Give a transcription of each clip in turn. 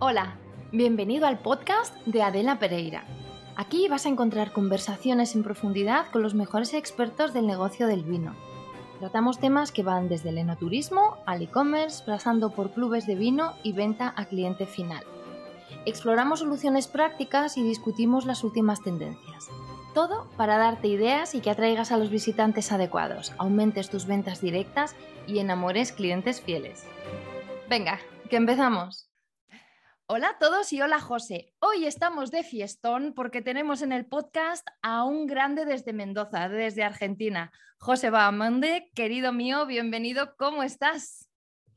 Hola, bienvenido al podcast de Adela Pereira. Aquí vas a encontrar conversaciones en profundidad con los mejores expertos del negocio del vino. Tratamos temas que van desde el enoturismo al e-commerce, pasando por clubes de vino y venta a cliente final. Exploramos soluciones prácticas y discutimos las últimas tendencias. Todo para darte ideas y que atraigas a los visitantes adecuados, aumentes tus ventas directas y enamores clientes fieles. Venga, que empezamos. Hola a todos y hola José. Hoy estamos de fiestón porque tenemos en el podcast a un grande desde Mendoza, desde Argentina. José Bahamonde, querido mío, bienvenido, ¿cómo estás?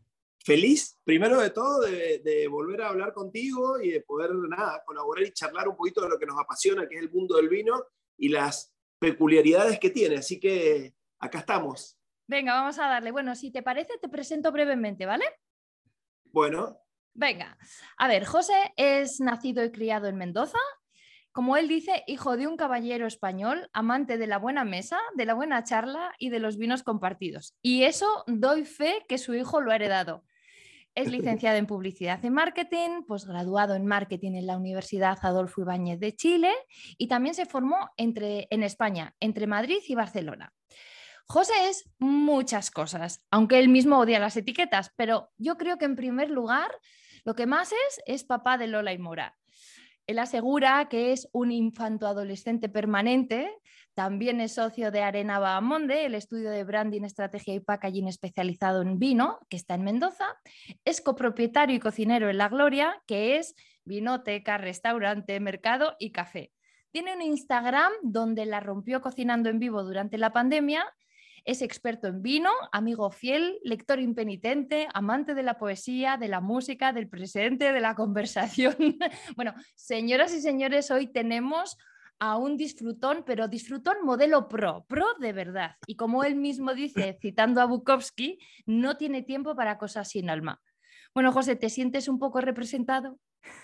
Feliz, primero de todo, de volver a hablar contigo y de poder colaborar y charlar un poquito de lo que nos apasiona, que es el mundo del vino y las peculiaridades que tiene. Así que acá estamos. Venga, vamos a darle. Bueno, si te parece, te presento brevemente, ¿vale? Bueno. Venga, a ver, José es nacido y criado en Mendoza. Como él dice, hijo de un caballero español, amante de la buena mesa, de la buena charla y de los vinos compartidos. Y eso doy fe que su hijo lo ha heredado. Es licenciado en Publicidad y Marketing, posgraduado en Marketing en la Universidad Adolfo Ibáñez de Chile y también se formó en España, entre Madrid y Barcelona. José es muchas cosas, aunque él mismo odia las etiquetas, pero yo creo que en primer lugar lo que más es papá de Lola y Mora. Él asegura que es un infanto adolescente permanente, también es socio de Arena Bahamonde, el estudio de branding, estrategia y packaging especializado en vino, que está en Mendoza, es copropietario y cocinero en La Gloria, que es vinoteca, restaurante, mercado y café. Tiene un Instagram donde la rompió cocinando en vivo durante la pandemia. Es experto en vino, amigo fiel, lector impenitente, amante de la poesía, de la música, del presente, de la conversación. Bueno, señoras y señores, hoy tenemos a un disfrutón, pero disfrutón modelo pro de verdad. Y como él mismo dice, citando a Bukowski, no tiene tiempo para cosas sin alma. Bueno, José, ¿te sientes un poco representado?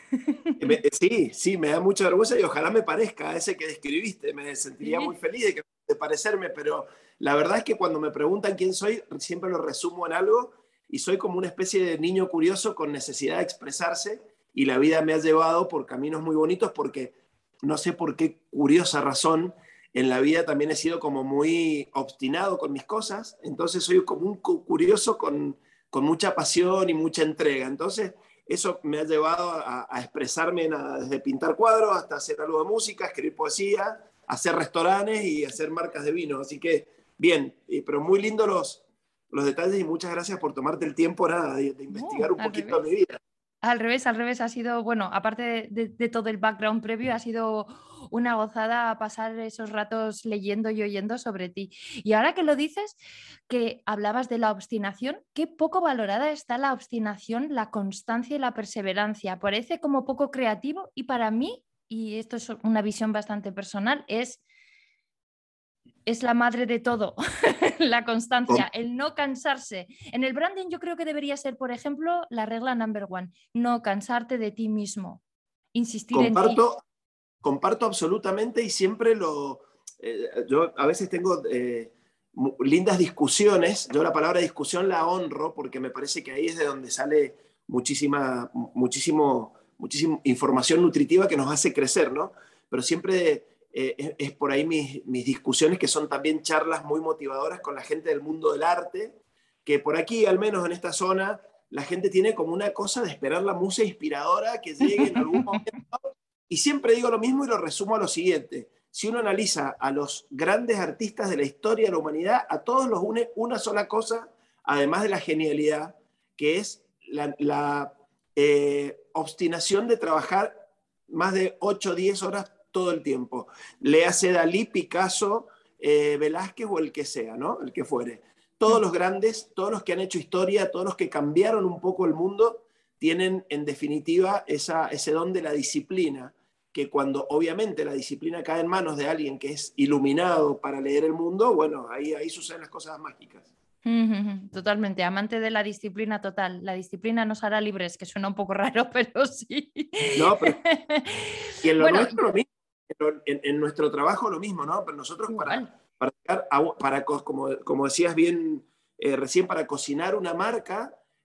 Sí, me da mucha vergüenza y ojalá me parezca a ese que describiste. Me sentiría muy feliz de parecerme, pero la verdad es que cuando me preguntan quién soy, siempre lo resumo en algo y soy como una especie de niño curioso con necesidad de expresarse y la vida me ha llevado por caminos muy bonitos porque no sé por qué curiosa razón en la vida también he sido como muy obstinado con mis cosas, entonces soy como un curioso con mucha pasión y mucha entrega. Entonces eso me ha llevado a expresarme desde pintar cuadros hasta hacer algo de música, escribir poesía, hacer restaurantes y hacer marcas de vino. Así que bien, pero muy lindo los detalles y muchas gracias por tomarte el tiempo de investigar un poquito de mi vida. Al revés, ha sido, bueno, aparte de todo el background previo, ha sido una gozada pasar esos ratos leyendo y oyendo sobre ti. Y ahora que lo dices, que hablabas de la obstinación, qué poco valorada está la obstinación, la constancia y la perseverancia. Parece como poco creativo y para mí, y esto es una visión bastante personal, es la madre de todo, la constancia, el no cansarse. En el branding yo creo que debería ser, por ejemplo, la regla number one, no cansarte de ti mismo, insistir en ti. Comparto absolutamente y siempre yo a veces tengo lindas discusiones, yo la palabra discusión la honro porque me parece que ahí es de donde sale muchísima información nutritiva que nos hace crecer, ¿no? Pero siempre es por ahí mis discusiones que son también charlas muy motivadoras con la gente del mundo del arte, que por aquí, al menos en esta zona, la gente tiene como una cosa de esperar la musa inspiradora que llegue en algún momento. Y siempre digo lo mismo y lo resumo a lo siguiente. Si uno analiza a los grandes artistas de la historia de la humanidad, a todos los une una sola cosa, además de la genialidad, que es la obstinación de trabajar más de 8 o 10 horas todo el tiempo. Le hace Dalí, Picasso, Velázquez o el que sea, ¿no? El que fuere. Todos los grandes, todos los que han hecho historia, todos los que cambiaron un poco el mundo, tienen en definitiva ese don de la disciplina, que cuando obviamente la disciplina cae en manos de alguien que es iluminado para leer el mundo, bueno, ahí suceden las cosas mágicas. Totalmente, amante de la disciplina total. La disciplina nos hará libres, que suena un poco raro, pero sí. No, pero y en lo nuestro lo mismo, en nuestro trabajo lo mismo, ¿no? Pero nosotros como decías bien recién, para cocinar una marca,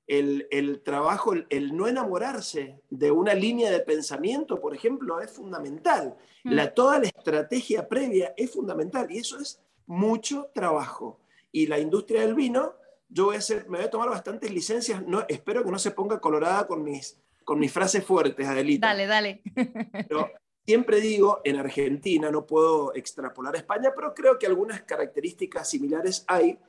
el trabajo, el no enamorarse de una línea de pensamiento, por ejemplo, es fundamental. Toda la estrategia previa es fundamental y eso es mucho trabajo. Y la industria del vino, me voy a tomar bastantes licencias, no, espero que no se ponga colorada con mis frases fuertes, Adelita. Dale, dale. Pero siempre digo, en Argentina, no puedo extrapolar a España, pero creo que algunas características similares hay.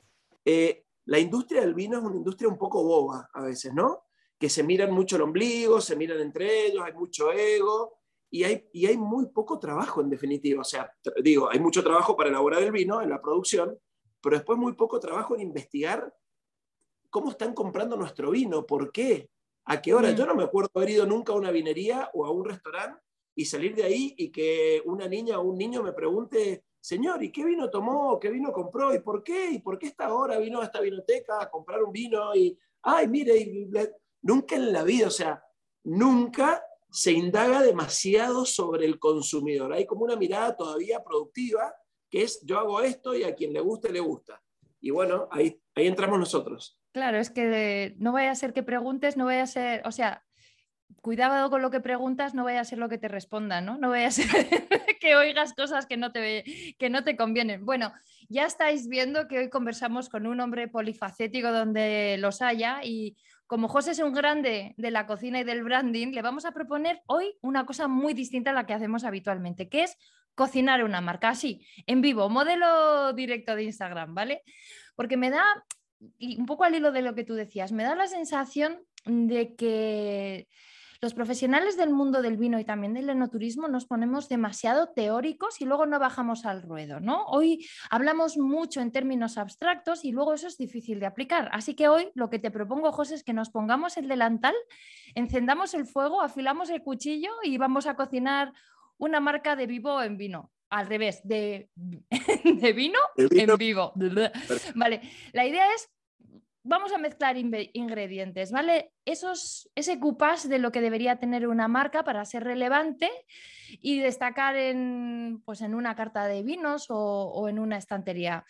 La industria del vino es una industria un poco boba a veces, ¿no? Que se miran mucho el ombligo, se miran entre ellos, hay mucho ego y hay muy poco trabajo en definitiva. O sea, digo, hay mucho trabajo para elaborar el vino en la producción, pero después muy poco trabajo en investigar cómo están comprando nuestro vino, por qué, a qué hora. Yo no me acuerdo haber ido nunca a una vinería o a un restaurante y salir de ahí y que una niña o un niño me pregunte, señor, ¿y qué vino tomó? ¿Qué vino compró? ¿Y por qué? ¿Y por qué esta hora vino a esta vinoteca a comprar un vino? Y, ay, mire, nunca en la vida, o sea, nunca se indaga demasiado sobre el consumidor. Hay como una mirada todavía productiva, que es yo hago esto y a quien le guste, le gusta. Y bueno, ahí entramos nosotros. Claro, es que no vaya a ser que preguntes, no vaya a ser, o sea, cuidado con lo que preguntas, no vaya a ser lo que te respondan, ¿no? No vaya a ser que oigas cosas que no te convienen. Bueno, ya estáis viendo que hoy conversamos con un hombre polifacético donde los haya y como José es un grande de la cocina y del branding, le vamos a proponer hoy una cosa muy distinta a la que hacemos habitualmente, que es cocinar una marca así, en vivo, modelo directo de Instagram, ¿vale? Porque me da, y un poco al hilo de lo que tú decías, me da la sensación de que los profesionales del mundo del vino y también del enoturismo nos ponemos demasiado teóricos y luego no bajamos al ruedo, ¿no? Hoy hablamos mucho en términos abstractos y luego eso es difícil de aplicar. Así que hoy lo que te propongo, José, es que nos pongamos el delantal, encendamos el fuego, afilamos el cuchillo y vamos a cocinar una marca de vivo en vino. Al revés, de vino en vivo. Vale, la idea es vamos a mezclar ingredientes, ¿vale? Ese cupás de lo que debería tener una marca para ser relevante y destacar pues en una carta de vinos o en una estantería.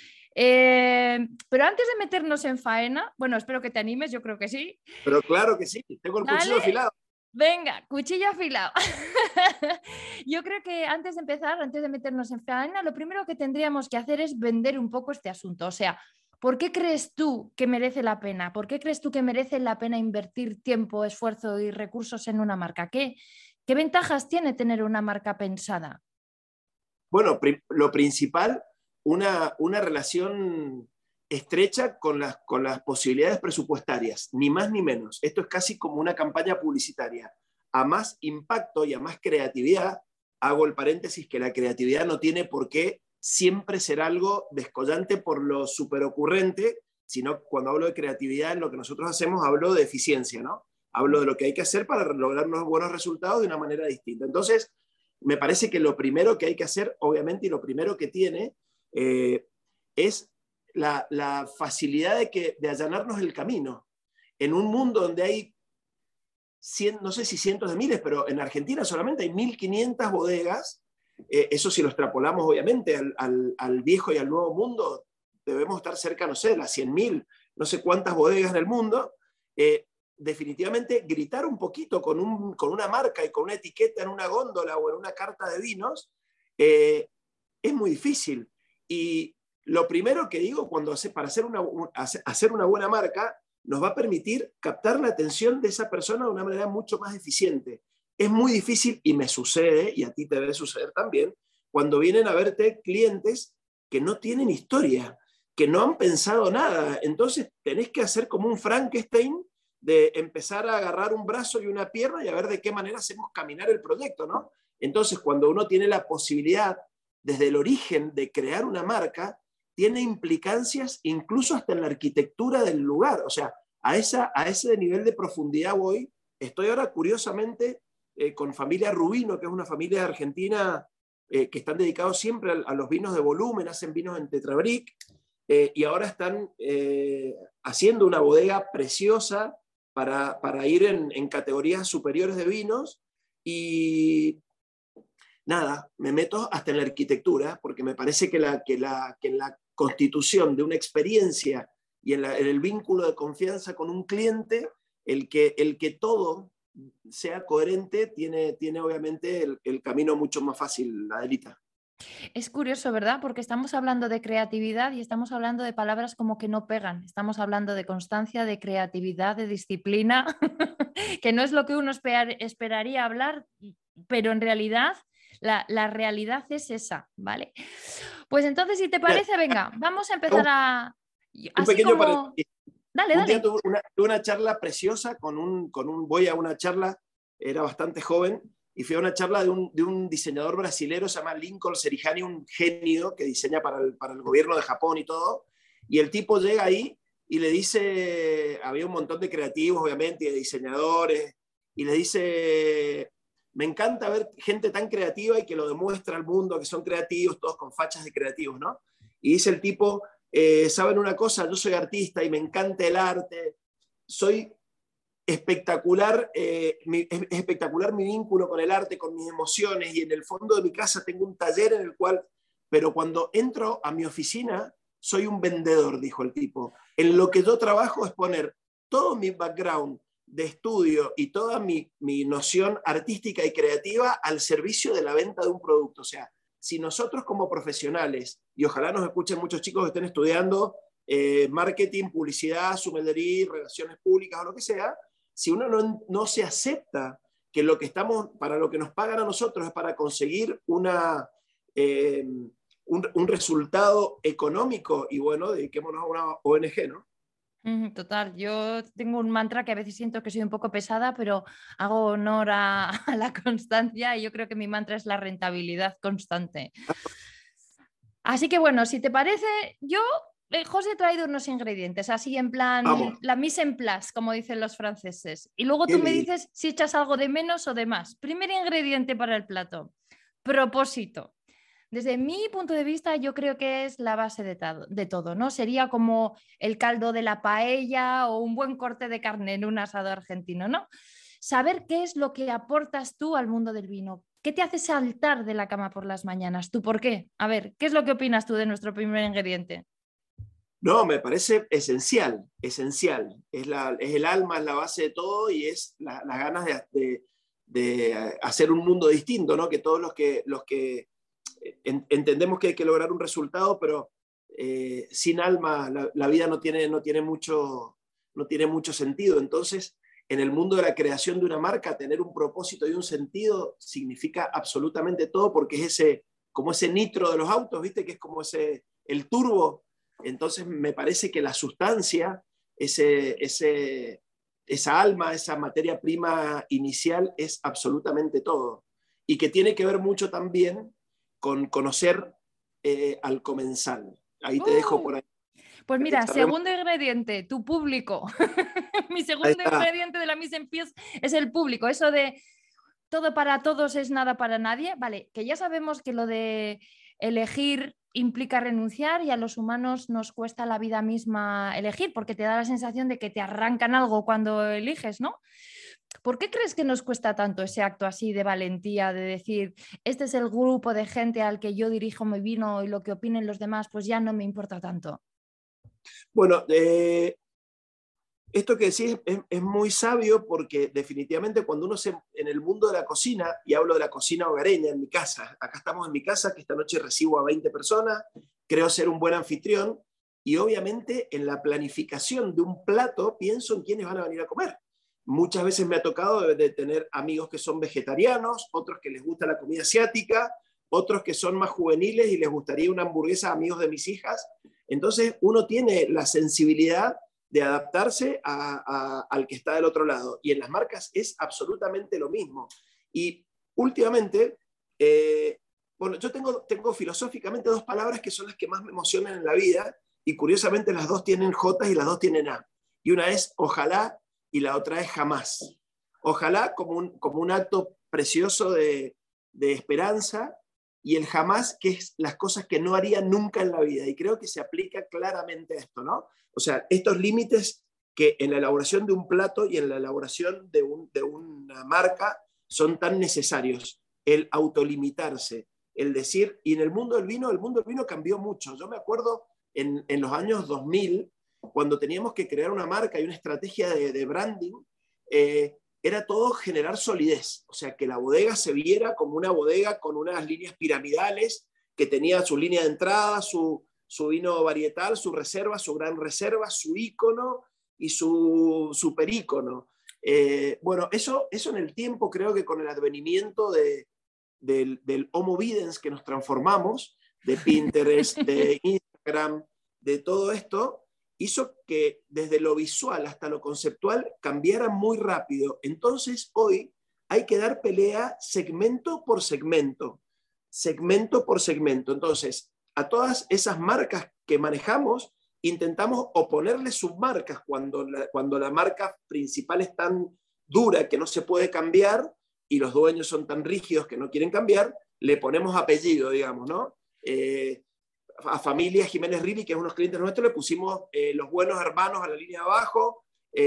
Pero antes de meternos en faena, bueno, espero que te animes, yo creo que sí. Pero claro que sí, tengo el cuchillo afilado. Venga, cuchillo afilado. Yo creo que antes de empezar, antes de meternos en faena, lo primero que tendríamos que hacer es vender un poco este asunto. O sea, ¿por qué crees tú que merece la pena? ¿Por qué crees tú que merece la pena invertir tiempo, esfuerzo y recursos en una marca? ¿Qué ventajas tiene tener una marca pensada? Bueno, lo principal, una relación estrecha con las posibilidades presupuestarias, ni más ni menos. Esto es casi como una campaña publicitaria. A más impacto y a más creatividad, hago el paréntesis que la creatividad no tiene por qué siempre ser algo descollante por lo superocurrente, sino cuando hablo de creatividad en lo que nosotros hacemos hablo de eficiencia, ¿no? Hablo de lo que hay que hacer para lograr unos buenos resultados de una manera distinta. Entonces, me parece que lo primero que hay que hacer, obviamente, y lo primero que tiene, es la facilidad de allanarnos el camino. En un mundo donde hay, no sé si cientos de miles, pero en Argentina solamente hay 1.500 bodegas. Eso si lo extrapolamos, obviamente, al viejo y al nuevo mundo, debemos estar cerca, no sé, las 100.000, no sé cuántas bodegas del mundo. Definitivamente gritar un poquito con una marca y con una etiqueta en una góndola o en una carta de vinos es muy difícil. Y lo primero que digo para hacer una buena marca nos va a permitir captar la atención de esa persona de una manera mucho más eficiente. Es muy difícil, y me sucede, y a ti te debe suceder también, cuando vienen a verte clientes que no tienen historia, que no han pensado nada. Entonces tenés que hacer como un Frankenstein de empezar a agarrar un brazo y una pierna y a ver de qué manera hacemos caminar el proyecto, ¿no? Entonces, cuando uno tiene la posibilidad desde el origen de crear una marca, tiene implicancias incluso hasta en la arquitectura del lugar. O sea, a ese nivel de profundidad voy. Estoy ahora, curiosamente, con familia Rubino, que es una familia argentina que están dedicados siempre a los vinos de volumen, hacen vinos en Tetrabric, y ahora están haciendo una bodega preciosa para ir en categorías superiores de vinos. Y nada, me meto hasta en la arquitectura, porque me parece que la constitución de una experiencia y en el vínculo de confianza con un cliente, el que todo sea coherente tiene obviamente el camino mucho más fácil, Adelita. Es curioso, ¿verdad? Porque estamos hablando de creatividad y estamos hablando de palabras como que no pegan. Estamos hablando de constancia, de creatividad, de disciplina, que no es lo que uno esperaría hablar, pero en realidad la realidad es esa, ¿vale? Pues entonces, si te parece, venga, vamos a empezar a... Un Así pequeño como... paréntesis. Dale, Un día dale. tuve una charla preciosa voy a una charla, era bastante joven, y fui a una charla de un diseñador brasilero, se llama Lincoln Serijani, un genio que diseña para el gobierno de Japón y todo, y el tipo llega ahí y le dice, había un montón de creativos, obviamente, y de diseñadores, y le dice, me encanta ver gente tan creativa y que lo demuestra al mundo, que son creativos, todos con fachas de creativos, ¿no? Y dice el tipo, ¿saben una cosa? Yo soy artista y me encanta el arte, soy espectacular, es espectacular mi vínculo con el arte, con mis emociones, y en el fondo de mi casa tengo un taller en el cual, pero cuando entro a mi oficina, soy un vendedor, dijo el tipo. En lo que yo trabajo es poner todo mi background de estudio y toda mi noción artística y creativa al servicio de la venta de un producto. O sea, si nosotros como profesionales, y ojalá nos escuchen muchos chicos que estén estudiando marketing, publicidad, sumeldería, relaciones públicas o lo que sea, si uno no se acepta que lo que estamos, para lo que nos pagan a nosotros es para conseguir un resultado económico, y bueno, dediquémonos a una ONG, ¿no? Total, yo tengo un mantra que a veces siento que soy un poco pesada, pero hago honor a la constancia y yo creo que mi mantra es la rentabilidad constante. Así que bueno, si te parece, yo, José, he traído unos ingredientes, así en Vamos, plan, la mise en place, como dicen los franceses. Y luego qué tú me lindo. dices si echas algo de menos o de más. Primer ingrediente para el plato, propósito. Desde mi punto de vista, yo creo que es la base de todo, ¿no? Sería como el caldo de la paella o un buen corte de carne en un asado argentino, ¿no? Saber qué es lo que aportas tú al mundo del vino. ¿Qué te hace saltar de la cama por las mañanas? ¿Tú por qué? A ver, ¿qué es lo que opinas tú de nuestro primer ingrediente? No, me parece esencial, esencial. Es el alma, es la base de todo, y es las ganas de hacer un mundo distinto, ¿no? Que todos los que entendemos que hay que lograr un resultado, pero sin alma la vida no tiene mucho sentido. Entonces, en el mundo de la creación de una marca, tener un propósito y un sentido significa absolutamente todo, porque es como ese nitro de los autos, ¿viste? Que es como el turbo. Entonces, me parece que la sustancia, esa alma, esa materia prima inicial es absolutamente todo. Y que tiene que ver mucho también con conocer al comensal. Ahí te dejo ¡Uh! por ahí. Pues Que mira, charlemos. segundo ingrediente, tu público. Mi Ahí segundo está. ingrediente de la mise en pièce es el público. Eso de todo para todos es nada para nadie. Vale, que ya sabemos que lo de elegir implica renunciar y a los humanos nos cuesta la vida misma elegir porque te da la sensación de que te arrancan algo cuando eliges, ¿no? ¿Por qué crees que nos cuesta tanto ese acto así de valentía, de decir, este es el grupo de gente al que yo dirijo mi vino y lo que opinen los demás, pues ya no me importa tanto? Bueno, esto que decís es muy sabio, porque definitivamente cuando uno en el mundo de la cocina, y hablo de la cocina hogareña en mi casa, acá estamos en mi casa, que esta noche recibo a 20 personas, creo ser un buen anfitrión, y obviamente en la planificación de un plato pienso en quiénes van a venir a comer. Muchas veces me ha tocado de tener amigos que son vegetarianos, otros que les gusta la comida asiática, otros que son más juveniles y les gustaría una hamburguesa, amigos de mis hijas. Entonces uno tiene la sensibilidad de adaptarse al que está del otro lado. Y en las marcas es absolutamente lo mismo. Y últimamente, bueno, yo tengo filosóficamente dos palabras que son las que más me emocionan en la vida, y curiosamente las dos tienen J y las dos tienen A. Y una es ojalá y la otra es jamás. Ojalá como un acto precioso de esperanza, y el jamás, que es las cosas que no haría nunca en la vida. Y creo que se aplica claramente a esto, ¿no? O sea, estos límites que en la elaboración de un plato y en la elaboración de una marca son tan necesarios. El autolimitarse, el decir, y en el mundo del vino cambió mucho. Yo me acuerdo en los años 2000, cuando teníamos que crear una marca y una estrategia de branding, era todo generar solidez, o sea, que la bodega se viera como una bodega con unas líneas piramidales, que tenía su línea de entrada, su vino varietal, su reserva, su gran reserva, su ícono y su super ícono. Bueno, eso en el tiempo, creo que con el advenimiento del Homo Videns, que nos transformamos, de Pinterest, de Instagram, de todo esto, hizo que desde lo visual hasta lo conceptual cambiara muy rápido. Entonces hoy hay que dar pelea segmento por segmento, segmento por segmento. Entonces, a todas esas marcas que manejamos, intentamos oponerle submarcas cuando la marca principal es tan dura que no se puede cambiar y los dueños son tan rígidos que no quieren cambiar, le ponemos apellido, digamos, ¿no? A familia Jiménez Rivy, que es unos clientes nuestros, le pusimos los buenos hermanos a la línea de abajo,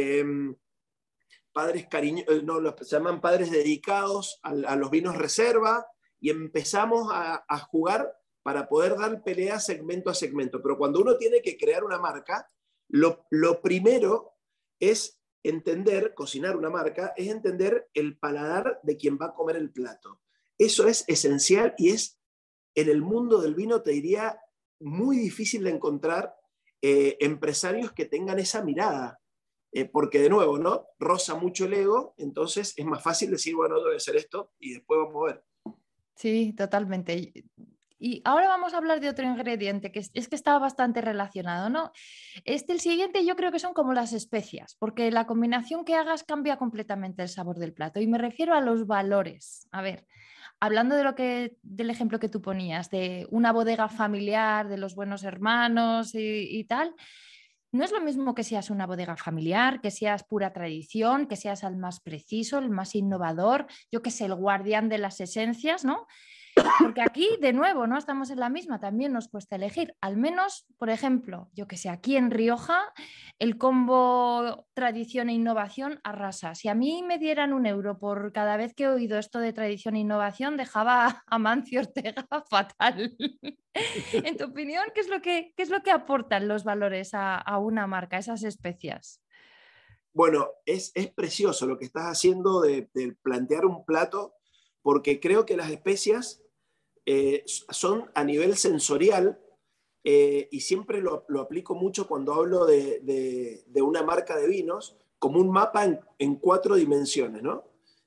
padres no, se llaman padres dedicados a los vinos reserva, y empezamos a jugar para poder dar pelea segmento a segmento. Pero cuando uno tiene que crear una marca, lo primero es entender, cocinar una marca, es entender el paladar de quien va a comer el plato. Eso es esencial y es, en el mundo del vino, te diría, muy difícil de encontrar empresarios que tengan esa mirada. Porque de nuevo, ¿no? Roza mucho el ego, entonces es más fácil decir, bueno, debe ser esto y después vamos a ver. Sí, totalmente. Y ahora vamos a hablar de otro ingrediente que es que está bastante relacionado, ¿no? El siguiente yo creo que son como las especias, porque la combinación que hagas cambia completamente el sabor del plato. Y me refiero a los valores. A ver, hablando del ejemplo que tú ponías, de una bodega familiar, de los buenos hermanos y tal, no es lo mismo que seas una bodega familiar, que seas pura tradición, que seas el más preciso, el más innovador, yo que sé, el guardián de las esencias, ¿no? Porque aquí, de nuevo, no estamos en la misma, también nos cuesta elegir. Al menos, por ejemplo, yo que sé, aquí en Rioja, el combo tradición e innovación arrasa. Si a mí me dieran 1 euro por cada vez que he oído esto de tradición e innovación, dejaba a Mancio Ortega fatal. En tu opinión, qué es lo que aportan los valores a una marca, esas especias? Bueno, es precioso lo que estás haciendo de plantear un plato, porque creo que las especias son a nivel sensorial, y siempre lo aplico mucho cuando hablo de una marca de vinos, como un mapa en 4 dimensiones, ¿no?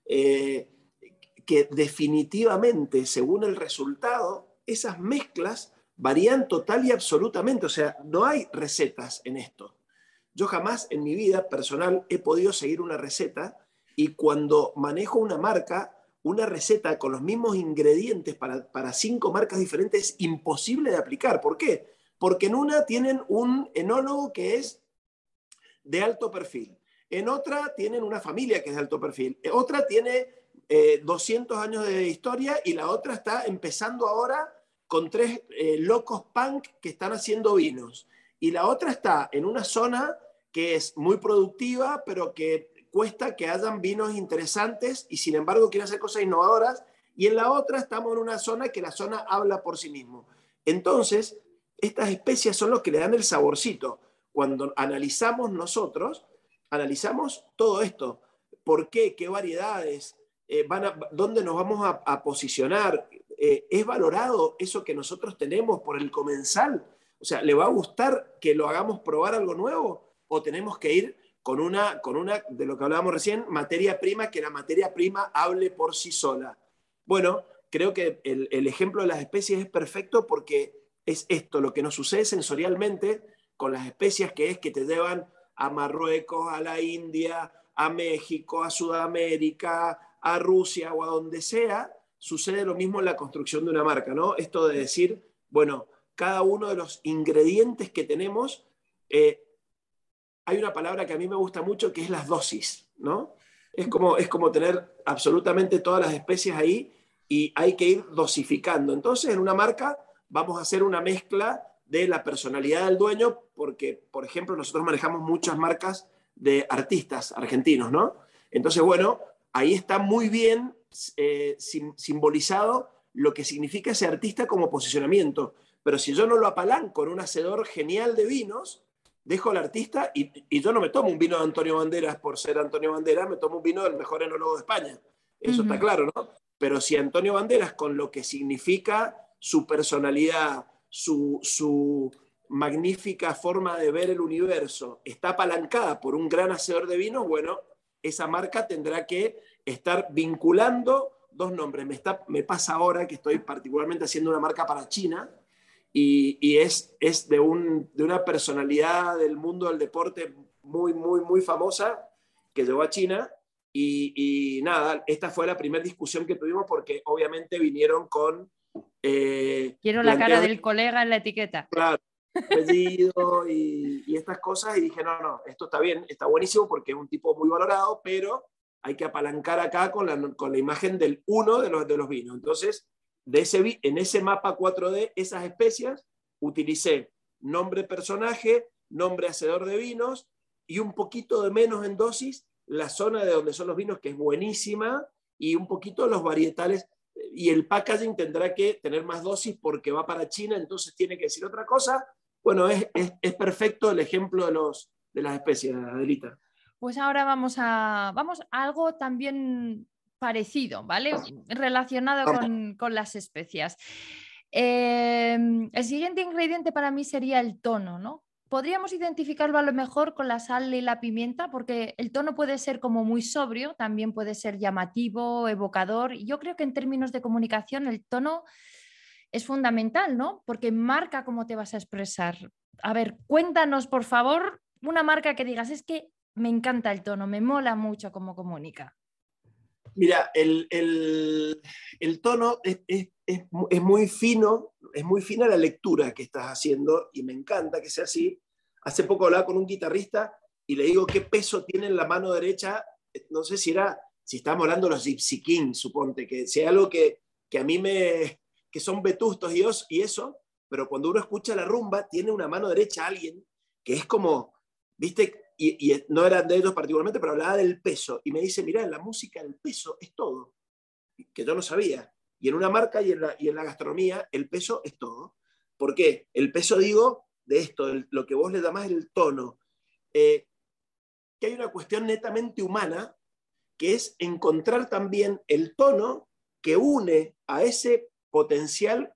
Que definitivamente, según el resultado, esas mezclas varían total y absolutamente. O sea, no hay recetas en esto. Yo jamás en mi vida personal he podido seguir una receta, y cuando manejo una marca, una receta con los mismos ingredientes para 5 marcas diferentes es imposible de aplicar. ¿Por qué? Porque en una tienen un enólogo que es de alto perfil, en otra tienen una familia que es de alto perfil, otra tiene 200 años de historia, y la otra está empezando ahora con 3 locos punk que están haciendo vinos. Y la otra está en una zona que es muy productiva, pero que cuesta que hayan vinos interesantes y sin embargo quieren hacer cosas innovadoras. Y en la otra estamos en una zona que la zona habla por sí mismo. Entonces, estas especias son los que le dan el saborcito. Cuando analizamos nosotros, analizamos todo esto. ¿Por qué? ¿Qué variedades? ¿Dónde nos vamos a posicionar? ¿Es valorado eso que nosotros tenemos por el comensal? O sea, ¿le va a gustar que lo hagamos probar algo nuevo? ¿O tenemos que ir con una, de lo que hablábamos recién, materia prima, que la materia prima hable por sí sola? Bueno, creo que el ejemplo de las especies es perfecto, porque es esto lo que nos sucede sensorialmente con las especias, que es que te llevan a Marruecos, a la India, a México, a Sudamérica, a Rusia o a donde sea. Sucede lo mismo en la construcción de una marca, ¿no? Esto de decir, bueno, cada uno de los ingredientes que tenemos, hay una palabra que a mí me gusta mucho, que es las dosis, ¿no? Es como tener absolutamente todas las especies ahí, y hay que ir dosificando. Entonces, en una marca vamos a hacer una mezcla de la personalidad del dueño, porque, por ejemplo, nosotros manejamos muchas marcas de artistas argentinos, ¿no? Entonces, bueno, ahí está muy bien simbolizado lo que significa ese artista como posicionamiento. Pero si yo no lo apalanco en un hacedor genial de vinos, dejo al artista y yo no me tomo un vino de Antonio Banderas por ser Antonio Banderas, me tomo un vino del mejor enólogo de España. Eso está claro, ¿no? Pero si Antonio Banderas, con lo que significa su personalidad, su magnífica forma de ver el universo, está apalancada por un gran hacedor de vino, bueno, esa marca tendrá que estar vinculando dos nombres. Me pasa ahora que estoy particularmente haciendo una marca para China y es de una personalidad del mundo del deporte muy, muy, muy famosa que llegó a China y nada, esta fue la primera discusión que tuvimos porque obviamente vinieron con... Quiero la cara del colega en la etiqueta. Claro, apellido y estas cosas y dije, no, esto está bien, está buenísimo porque es un tipo muy valorado, pero hay que apalancar acá con la imagen del uno de los vinos. Entonces, en ese mapa 4D, esas especias, utilicé nombre personaje, nombre hacedor de vinos y un poquito de menos en dosis la zona de donde son los vinos, que es buenísima, y un poquito los varietales. Y el packaging tendrá que tener más dosis porque va para China, entonces tiene que decir otra cosa. Bueno, es perfecto el ejemplo de las especies, Adelita. Pues ahora vamos a algo también parecido, ¿vale? Relacionado con las especias. El siguiente ingrediente para mí sería el tono, ¿no? Podríamos identificarlo a lo mejor con la sal y la pimienta, porque el tono puede ser como muy sobrio, también puede ser llamativo, evocador. Yo creo que en términos de comunicación el tono es fundamental, ¿no? Porque marca cómo te vas a expresar. A ver, cuéntanos, por favor, una marca que digas, es que me encanta el tono, me mola mucho cómo comunica. Mira, el tono es muy fino, es muy fina la lectura que estás haciendo y me encanta que sea así. Hace poco hablaba con un guitarrista y le digo qué peso tiene en la mano derecha, no sé si estábamos hablando de los Gypsy Kings, suponte, que sea algo que a mí que son vetustos y eso, pero cuando uno escucha la rumba, tiene una mano derecha alguien que es como, viste, y no eran de ellos particularmente, pero hablaba del peso. Y me dice, mirá, en la música el peso es todo, que yo no sabía. Y en una marca y en la gastronomía el peso es todo. ¿Por qué? El peso, digo, de esto, lo que vos le llamás el tono. Que hay una cuestión netamente humana, que es encontrar también el tono que une a ese potencial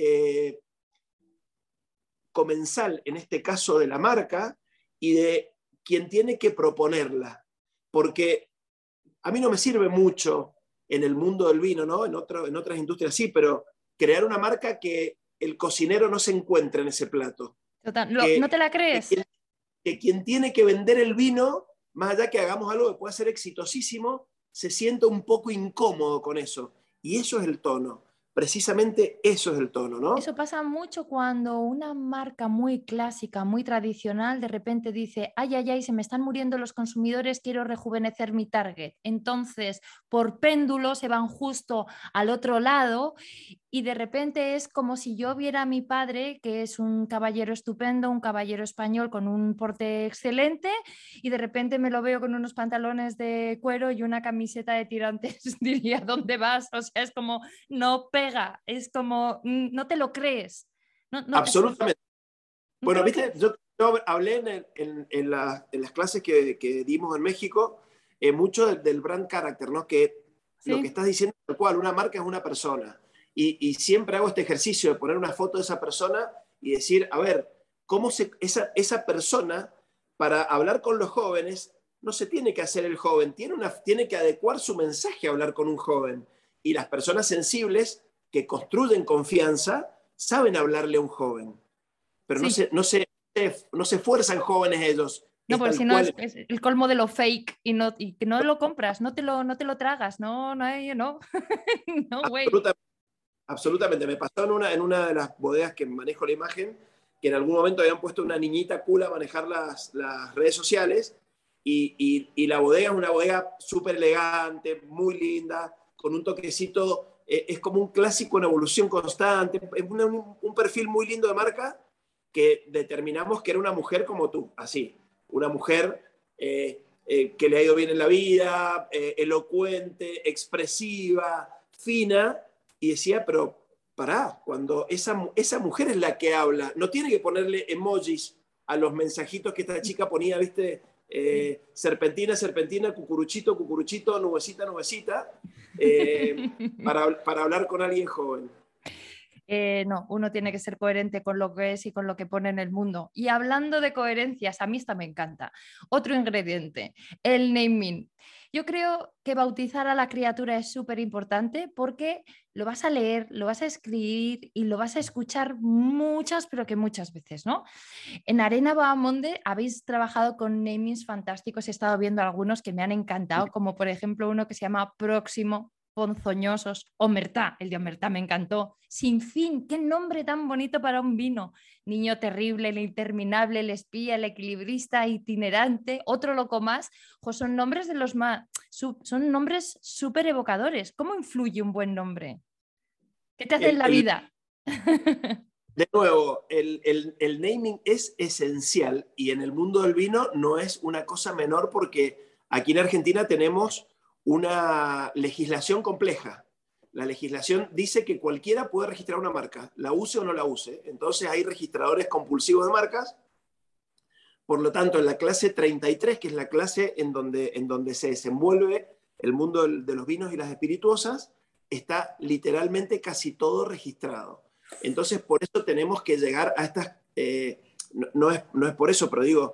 comensal, en este caso de la marca, y de quien tiene que proponerla. Porque a mí no me sirve mucho en el mundo del vino, ¿no? En otras industrias sí, pero crear una marca que el cocinero no se encuentre en ese plato. Total, ¿no te la crees? Que quien tiene que vender el vino, más allá que hagamos algo que pueda ser exitosísimo, se sienta un poco incómodo con eso. Y eso es el tono. Precisamente eso es el tono, ¿no? Eso pasa mucho cuando una marca muy clásica, muy tradicional, de repente dice, ay, ay, ay, se me están muriendo los consumidores, quiero rejuvenecer mi target. Entonces, por péndulo se van justo al otro lado y de repente es como si yo viera a mi padre, que es un caballero estupendo, un caballero español con un porte excelente, y de repente me lo veo con unos pantalones de cuero y una camiseta de tirantes. Diría, ¿dónde vas? O sea, es como, no pega, es como, no te lo crees. No, absolutamente. Bueno, viste, yo hablé en las clases que dimos en México mucho del brand character, ¿no? Que ¿Sí? Lo que estás diciendo tal cual, una marca es una persona. Y siempre hago este ejercicio de poner una foto de esa persona y decir, a ver, esa persona, para hablar con los jóvenes, no se tiene que hacer el joven, tiene que adecuar su mensaje a hablar con un joven. Y las personas sensibles que construyen confianza saben hablarle a un joven. Pero sí. no se esfuerzan jóvenes ellos. No, porque si no cual. es el colmo de lo fake y que no lo compras, no te lo tragas, no, no, no, güey. Absolutamente. Me pasó en una de las bodegas que manejo la imagen, que en algún momento habían puesto una niñita cool a manejar las redes sociales y la bodega es una bodega súper elegante, muy linda, con un toquecito, es como un clásico en evolución constante, es un perfil muy lindo de marca que determinamos que era una mujer como tú, así, una mujer que le ha ido bien en la vida, elocuente, expresiva, fina, y decía, pero pará, cuando esa mujer es la que habla, no tiene que ponerle emojis a los mensajitos que esta chica ponía, ¿viste? Serpentina, serpentina, cucuruchito, cucuruchito, nubecita, nubecita, para hablar con alguien joven. No, uno tiene que ser coherente con lo que es y con lo que pone en el mundo. Y hablando de coherencias, a mí esta me encanta. Otro ingrediente, el naming. Yo creo que bautizar a la criatura es súper importante porque lo vas a leer, lo vas a escribir y lo vas a escuchar muchas, pero que muchas veces, ¿no? En Arena Bahamonde habéis trabajado con namings fantásticos. He estado viendo algunos que me han encantado, como por ejemplo uno que se llama Próximo, Ponzoñosos, Omertá, el de Omertá me encantó. Sin fin, qué nombre tan bonito para un vino. Niño terrible, el interminable, el espía, el equilibrista, itinerante, otro loco más. Son nombres de los más, son nombres súper evocadores. ¿Cómo influye un buen nombre? ¿Qué te hace en la vida? De nuevo, el naming es esencial y en el mundo del vino no es una cosa menor porque aquí en Argentina tenemos una legislación compleja. La legislación dice que cualquiera puede registrar una marca, la use o no la use. Entonces hay registradores compulsivos de marcas. Por lo tanto, en la clase 33, que es la clase en donde se desenvuelve el mundo de los vinos y las espirituosas, está literalmente casi todo registrado. Entonces, por eso tenemos que llegar a estas... no es por eso, pero digo,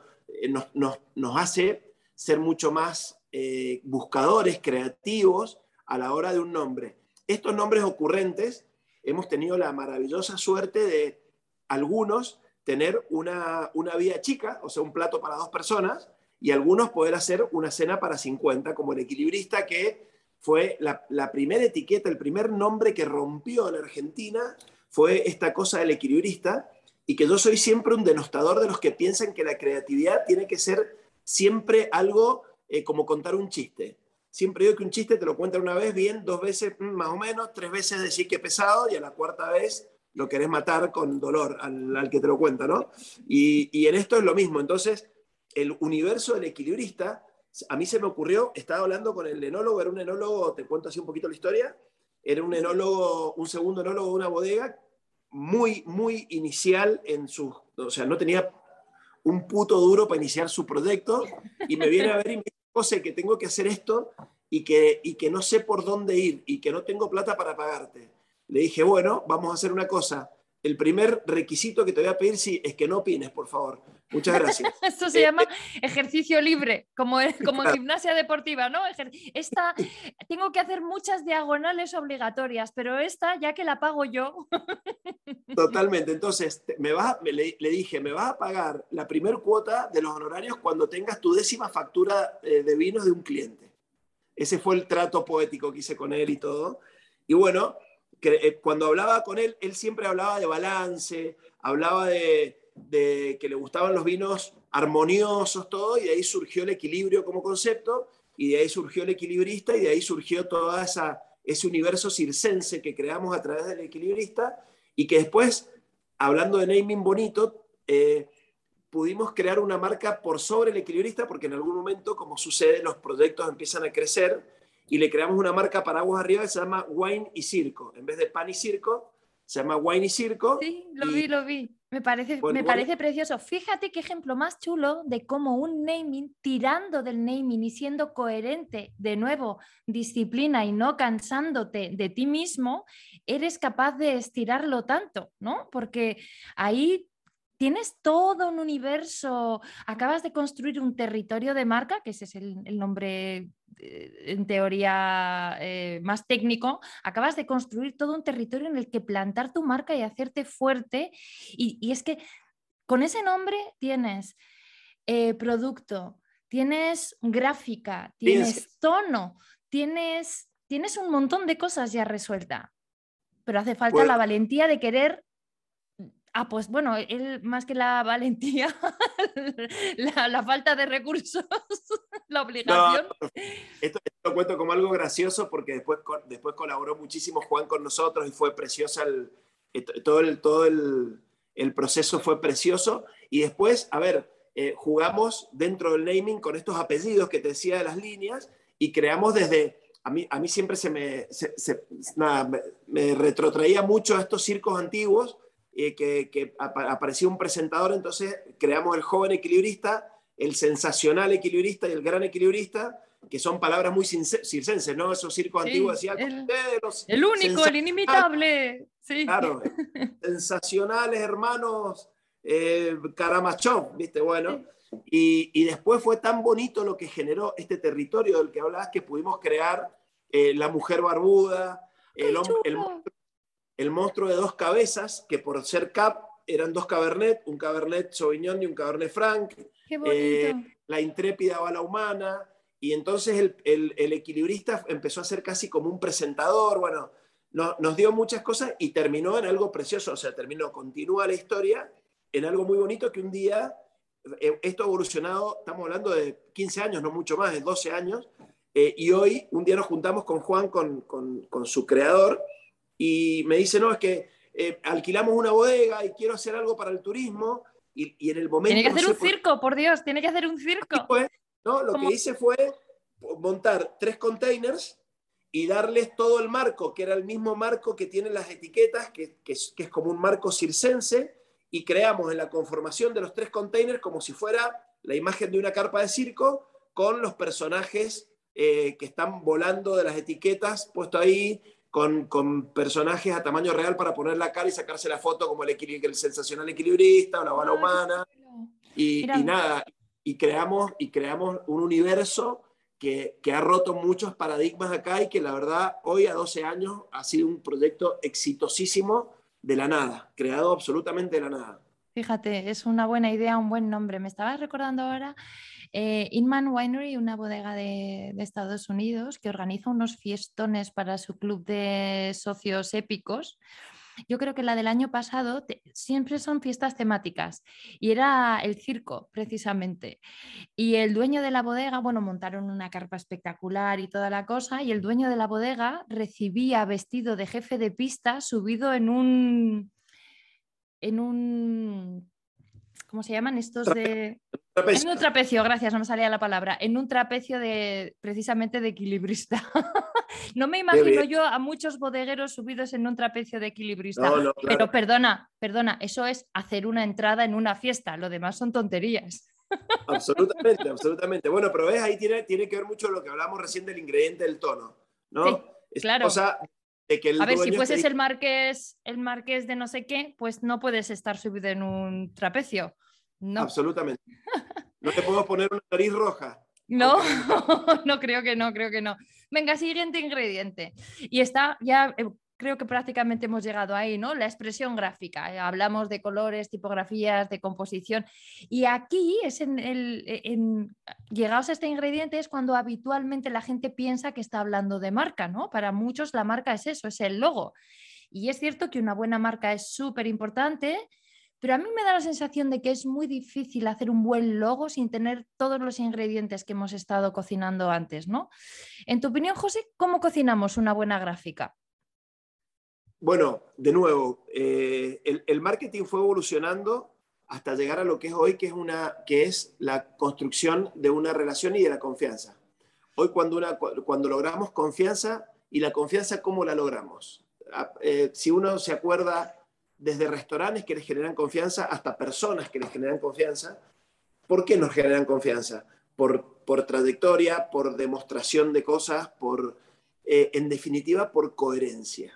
nos hace ser mucho más buscadores, creativos a la hora de un nombre. Estos nombres ocurrentes, hemos tenido la maravillosa suerte de algunos tener una vía chica, o sea, un plato para 2 personas, y algunos poder hacer una cena para 50, como el equilibrista, que fue la primera etiqueta, el primer nombre que rompió en Argentina, fue esta cosa del equilibrista, y que yo soy siempre un denostador de los que piensan que la creatividad tiene que ser siempre algo como contar un chiste. Siempre digo que un chiste te lo cuentan una vez bien, 2 veces más o menos, 3 veces decís que es pesado y a la 4ª vez lo querés matar con dolor al que te lo cuenta, ¿no? Y en esto es lo mismo. Entonces, el universo del equilibrista, a mí se me ocurrió, estaba hablando con el enólogo, era un enólogo, te cuento así un poquito la historia, era un enólogo, un segundo enólogo de una bodega, muy, muy inicial en su, o sea, no tenía un puto duro para iniciar su proyecto, y me viene a ver y me dice, José, que tengo que hacer esto y que no sé por dónde ir y que no tengo plata para pagarte. Le dije, bueno, vamos a hacer una cosa. El primer requisito que te voy a pedir es que no opines, por favor. Muchas gracias. Esto se llama ejercicio libre, como en gimnasia deportiva, ¿no? Tengo que hacer muchas diagonales obligatorias, pero esta ya que la pago yo. Totalmente. Entonces, le dije, me vas a pagar la primer cuota de los honorarios cuando tengas tu 10ª factura de vinos de un cliente. Ese fue el trato poético que hice con él y todo. Y bueno, cuando hablaba con él, él siempre hablaba de balance, hablaba de que le gustaban los vinos armoniosos, todo, y de ahí surgió el equilibrio como concepto, y de ahí surgió el equilibrista, y de ahí surgió todo ese universo circense que creamos a través del equilibrista, y que después, hablando de naming bonito, pudimos crear una marca por sobre el equilibrista, porque en algún momento, como sucede, los proyectos empiezan a crecer, y le creamos una marca para aguas arriba que se llama Wine y Circo. En vez de pan y circo, se llama Wine y Circo. Sí, lo vi. Me parece precioso. Fíjate qué ejemplo más chulo de cómo un naming, tirando del naming y siendo coherente, de nuevo, disciplina y no cansándote de ti mismo, eres capaz de estirarlo tanto, ¿no? Porque ahí tienes todo un universo, acabas de construir un territorio de marca, que ese es el nombre en teoría más técnico, acabas de construir todo un territorio en el que plantar tu marca y hacerte fuerte. Y es que con ese nombre tienes producto, tienes gráfica, tienes tono, tienes un montón de cosas ya resueltas. Pero hace falta la valentía de querer. Pues bueno, él más que la valentía, la falta de recursos, la obligación. No, esto lo cuento como algo gracioso porque después colaboró muchísimo Juan con nosotros y fue preciosa, todo el proceso fue precioso. Y después, a ver, jugamos dentro del naming con estos apellidos que te decía de las líneas y creamos desde... A mí siempre me retrotraía mucho a estos circos antiguos. que aparecía un presentador, entonces creamos el joven equilibrista, el sensacional equilibrista y el gran equilibrista, que son palabras muy circenses, ¿no? Esos circos antiguos decían, el único, el inimitable. Sí. Claro, sensacionales hermanos Karamazov, ¿viste? Bueno, y después fue tan bonito lo que generó este territorio del que hablabas que pudimos crear la mujer barbuda, el monstruo de dos cabezas, que por ser Cap eran dos Cabernet, un Cabernet Sauvignon y un Cabernet Franc. Qué bonito. La intrépida bala humana, y entonces el equilibrista empezó a ser casi como un presentador, bueno, nos dio muchas cosas y terminó en algo precioso, o sea, continúa la historia en algo muy bonito que un día, esto ha evolucionado, estamos hablando de 15 años, no mucho más, de 12 años, y hoy un día nos juntamos con Juan, con su creador, y me dice, no, es que alquilamos una bodega y quiero hacer algo para el turismo, y en el momento... Tiene que hacer un circo, por Dios, tiene que hacer un circo. Fue, ¿no? Lo que hice fue montar 3 containers y darles todo el marco, que era el mismo marco que tienen las etiquetas, que es como un marco circense, y creamos en la conformación de los 3 containers como si fuera la imagen de una carpa de circo, con los personajes que están volando de las etiquetas, puesto ahí, con personajes a tamaño real para poner la cara y sacarse la foto como el sensacional equilibrista o la bala humana. Y nada, y creamos un universo que ha roto muchos paradigmas acá y que la verdad hoy a 12 años ha sido un proyecto exitosísimo de la nada, creado absolutamente de la nada. Fíjate, es una buena idea, un buen nombre. Me estabas recordando ahora Inman Winery, una bodega de Estados Unidos que organiza unos fiestones para su club de socios épicos. Yo creo que la del año pasado siempre son fiestas temáticas y era el circo, precisamente. Y el dueño de la bodega, bueno, montaron una carpa espectacular y toda la cosa, y el dueño de la bodega recibía vestido de jefe de pista subido en un, ¿cómo se llaman estos de...? En un trapecio, gracias, no me salía la palabra. En un trapecio precisamente de equilibrista. No me imagino yo a muchos bodegueros subidos en un trapecio de equilibrista. No, claro. Pero perdona, eso es hacer una entrada en una fiesta. Lo demás son tonterías. Absolutamente, absolutamente. Bueno, pero ves, ahí tiene que ver mucho lo que hablamos recién del ingrediente del tono, ¿no? Sí, claro. Cosa de que a ver, si fueses el marqués de no sé qué, pues no puedes estar subido en un trapecio. No. Absolutamente. No te puedo poner una nariz roja. No, no, creo que no. Venga, siguiente ingrediente. Y está ya, creo que prácticamente hemos llegado ahí, ¿no? La expresión gráfica. Hablamos de colores, tipografías, de composición. Y aquí, llegados a este ingrediente, es cuando habitualmente la gente piensa que está hablando de marca, ¿no? Para muchos la marca es eso, es el logo. Y es cierto que una buena marca es súper importante, pero a mí me da la sensación de que es muy difícil hacer un buen logo sin tener todos los ingredientes que hemos estado cocinando antes, ¿no? En tu opinión, José, ¿cómo cocinamos una buena gráfica? Bueno, de nuevo, el marketing fue evolucionando hasta llegar a lo que es hoy, que es la construcción de una relación y de la confianza. Hoy cuando logramos confianza, y la confianza, ¿cómo la logramos? Si uno se acuerda, desde restaurantes que les generan confianza hasta personas que les generan confianza. ¿Por qué nos generan confianza? Por trayectoria, por demostración de cosas, en definitiva, por coherencia.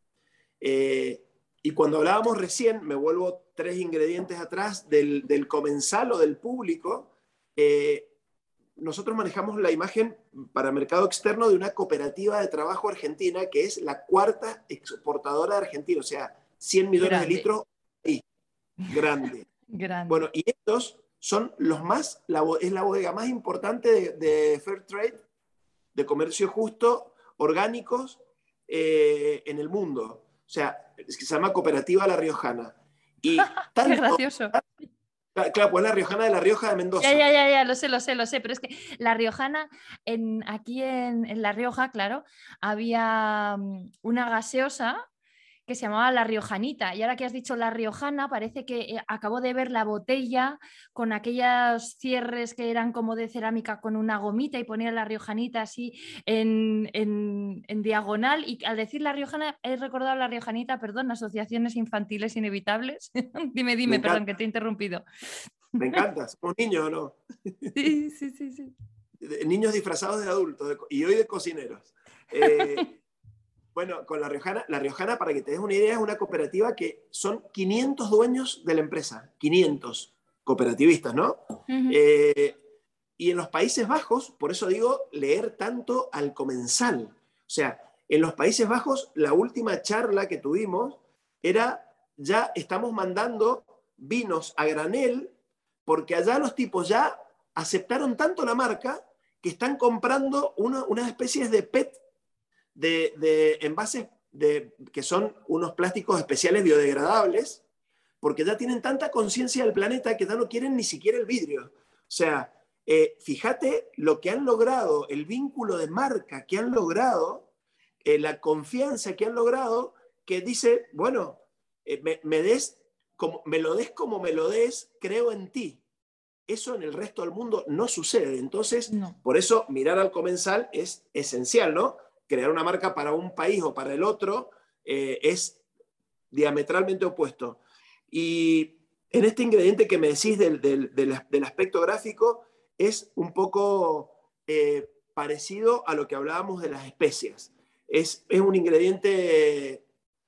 Y cuando hablábamos recién, me vuelvo 3 ingredientes atrás, del comensal o del público, nosotros manejamos la imagen para mercado externo de una cooperativa de trabajo argentina que es la 4ª exportadora de Argentina, o sea, 100 millones de litros ahí. Grande. Bueno, y estos son es la bodega más importante de Fair Trade, de comercio justo, orgánicos, en el mundo. O sea, se llama Cooperativa La Riojana. Y qué gracioso. Claro, pues la riojana de La Rioja de Mendoza. Ya, lo sé, pero es que la riojana, aquí en La Rioja, claro, había una gaseosa que se llamaba La Riojanita. Y ahora que has dicho La Riojana, parece que acabo de ver la botella con aquellos cierres que eran como de cerámica con una gomita y ponía La Riojanita así en diagonal. Y al decir La Riojana, he recordado La Riojanita, perdón, asociaciones infantiles inevitables. Me Dime, perdón, que encanta, te he interrumpido. me encanta. ¿Somos niños o no? Sí, sí, sí, sí. Niños disfrazados de adultos y hoy de cocineros. Bueno, con La Riojana, para que te des una idea, es una cooperativa que son 500 dueños de la empresa, 500 cooperativistas, ¿no? Uh-huh. Y en los Países Bajos, por eso digo, leer tanto al comensal. O sea, en los Países Bajos, la última charla que tuvimos era, ya estamos mandando vinos a granel, porque allá los tipos ya aceptaron tanto la marca que están comprando unas especies de PET de envases que son unos plásticos especiales biodegradables, porque ya tienen tanta conciencia del planeta que ya no quieren ni siquiera el vidrio. O sea, fíjate lo que han logrado, el vínculo de marca que han logrado, la confianza que han logrado, que dice, bueno, me lo des como me lo des, creo en ti. Eso en el resto del mundo no sucede. Entonces, No. por eso mirar al comensal es esencial, ¿no? Crear una marca para un país o para el otro es diametralmente opuesto. Y en este ingrediente que me decís del aspecto gráfico, es un poco parecido a lo que hablábamos de las especias. Es un ingrediente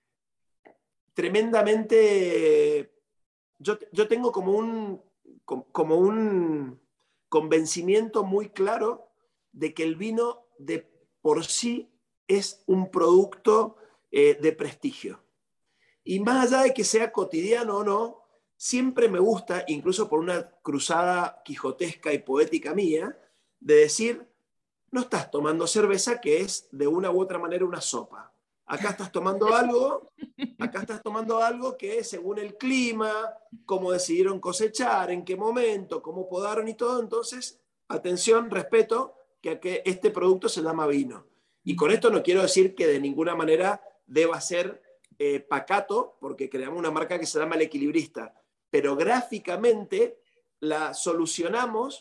tremendamente... Yo tengo como un convencimiento muy claro de que el vino de por sí es un producto de prestigio. Y más allá de que sea cotidiano o no, siempre me gusta, incluso por una cruzada quijotesca y poética mía, de decir, no estás tomando cerveza que es de una u otra manera una sopa. Acá estás tomando algo, acá estás tomando algo que según el clima, cómo decidieron cosechar, en qué momento, cómo podaron y todo, entonces, atención, respeto, que este producto se llama vino. Y con esto no quiero decir que de ninguna manera deba ser pacato, porque creamos una marca que se llama El Equilibrista, pero gráficamente la solucionamos.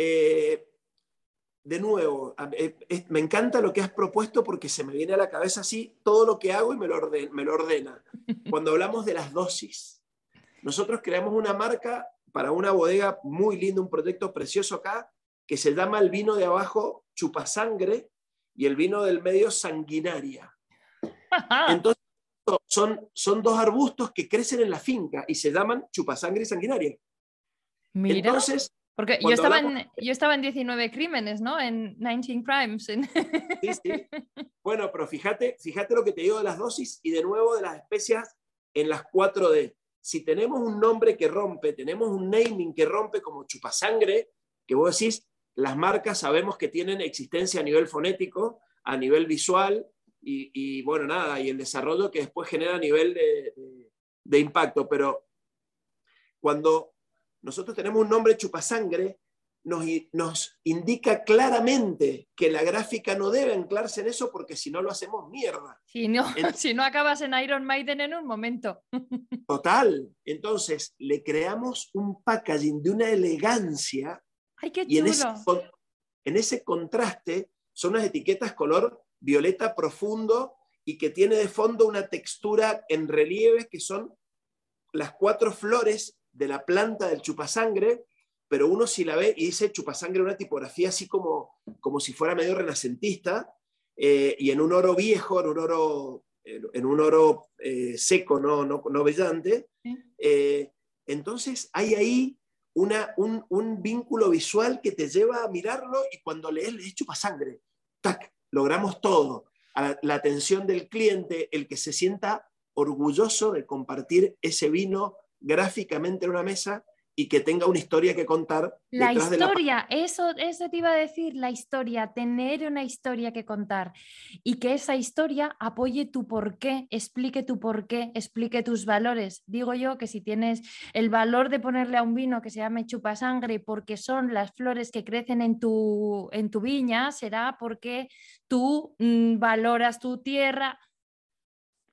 De nuevo, me encanta lo que has propuesto porque se me viene a la cabeza así todo lo que hago y me lo ordena. Cuando hablamos de las dosis, nosotros creamos una marca para una bodega muy linda, un proyecto precioso acá, que se llama el vino de abajo Chupasangre y el vino del medio Sanguinaria. Entonces, son dos arbustos que crecen en la finca y se llaman Chupasangre y Sanguinaria. Mira, Entonces, porque cuando hablamos... yo estaba en 19 crímenes, ¿no? En 19 crimes. Sí, sí. Bueno, pero fíjate lo que te digo de las dosis y de nuevo de las especias en las 4D. Si tenemos un nombre que rompe, tenemos un naming que rompe como Chupasangre, que vos decís, las marcas sabemos que tienen existencia a nivel fonético, a nivel visual y bueno, nada, y el desarrollo que después genera a nivel de impacto. Pero cuando nosotros tenemos un nombre Chupasangre, nos indica claramente que la gráfica no debe anclarse en eso porque si no lo hacemos mierda. Si no, si no acabas en Iron Maiden en un momento. Total. Entonces le creamos un packaging de una elegancia ¡Ay, qué y chulo! en ese contraste son unas etiquetas color violeta profundo y que tiene de fondo una textura en relieve que son las 4 flores de la planta del chupasangre, pero uno si la ve y dice chupasangre, una tipografía así como si fuera medio renacentista, y en un oro viejo, en un oro seco, no brillante. ¿Sí? Entonces hay ahí un vínculo visual que te lleva a mirarlo y cuando lees chupasangre. ¡Tac! Logramos todo. La atención del cliente, el que se sienta orgulloso de compartir ese vino gráficamente en una mesa y que tenga una historia que contar La detrás de la... historia, eso te iba a decir, la historia, tener una historia que contar y que esa historia apoye tu porqué, explique tu porqué, explique tus valores. Digo yo que si tienes el valor de ponerle a un vino que se llame chupasangre porque son las flores que crecen en tu viña, será porque tú valoras tu tierra.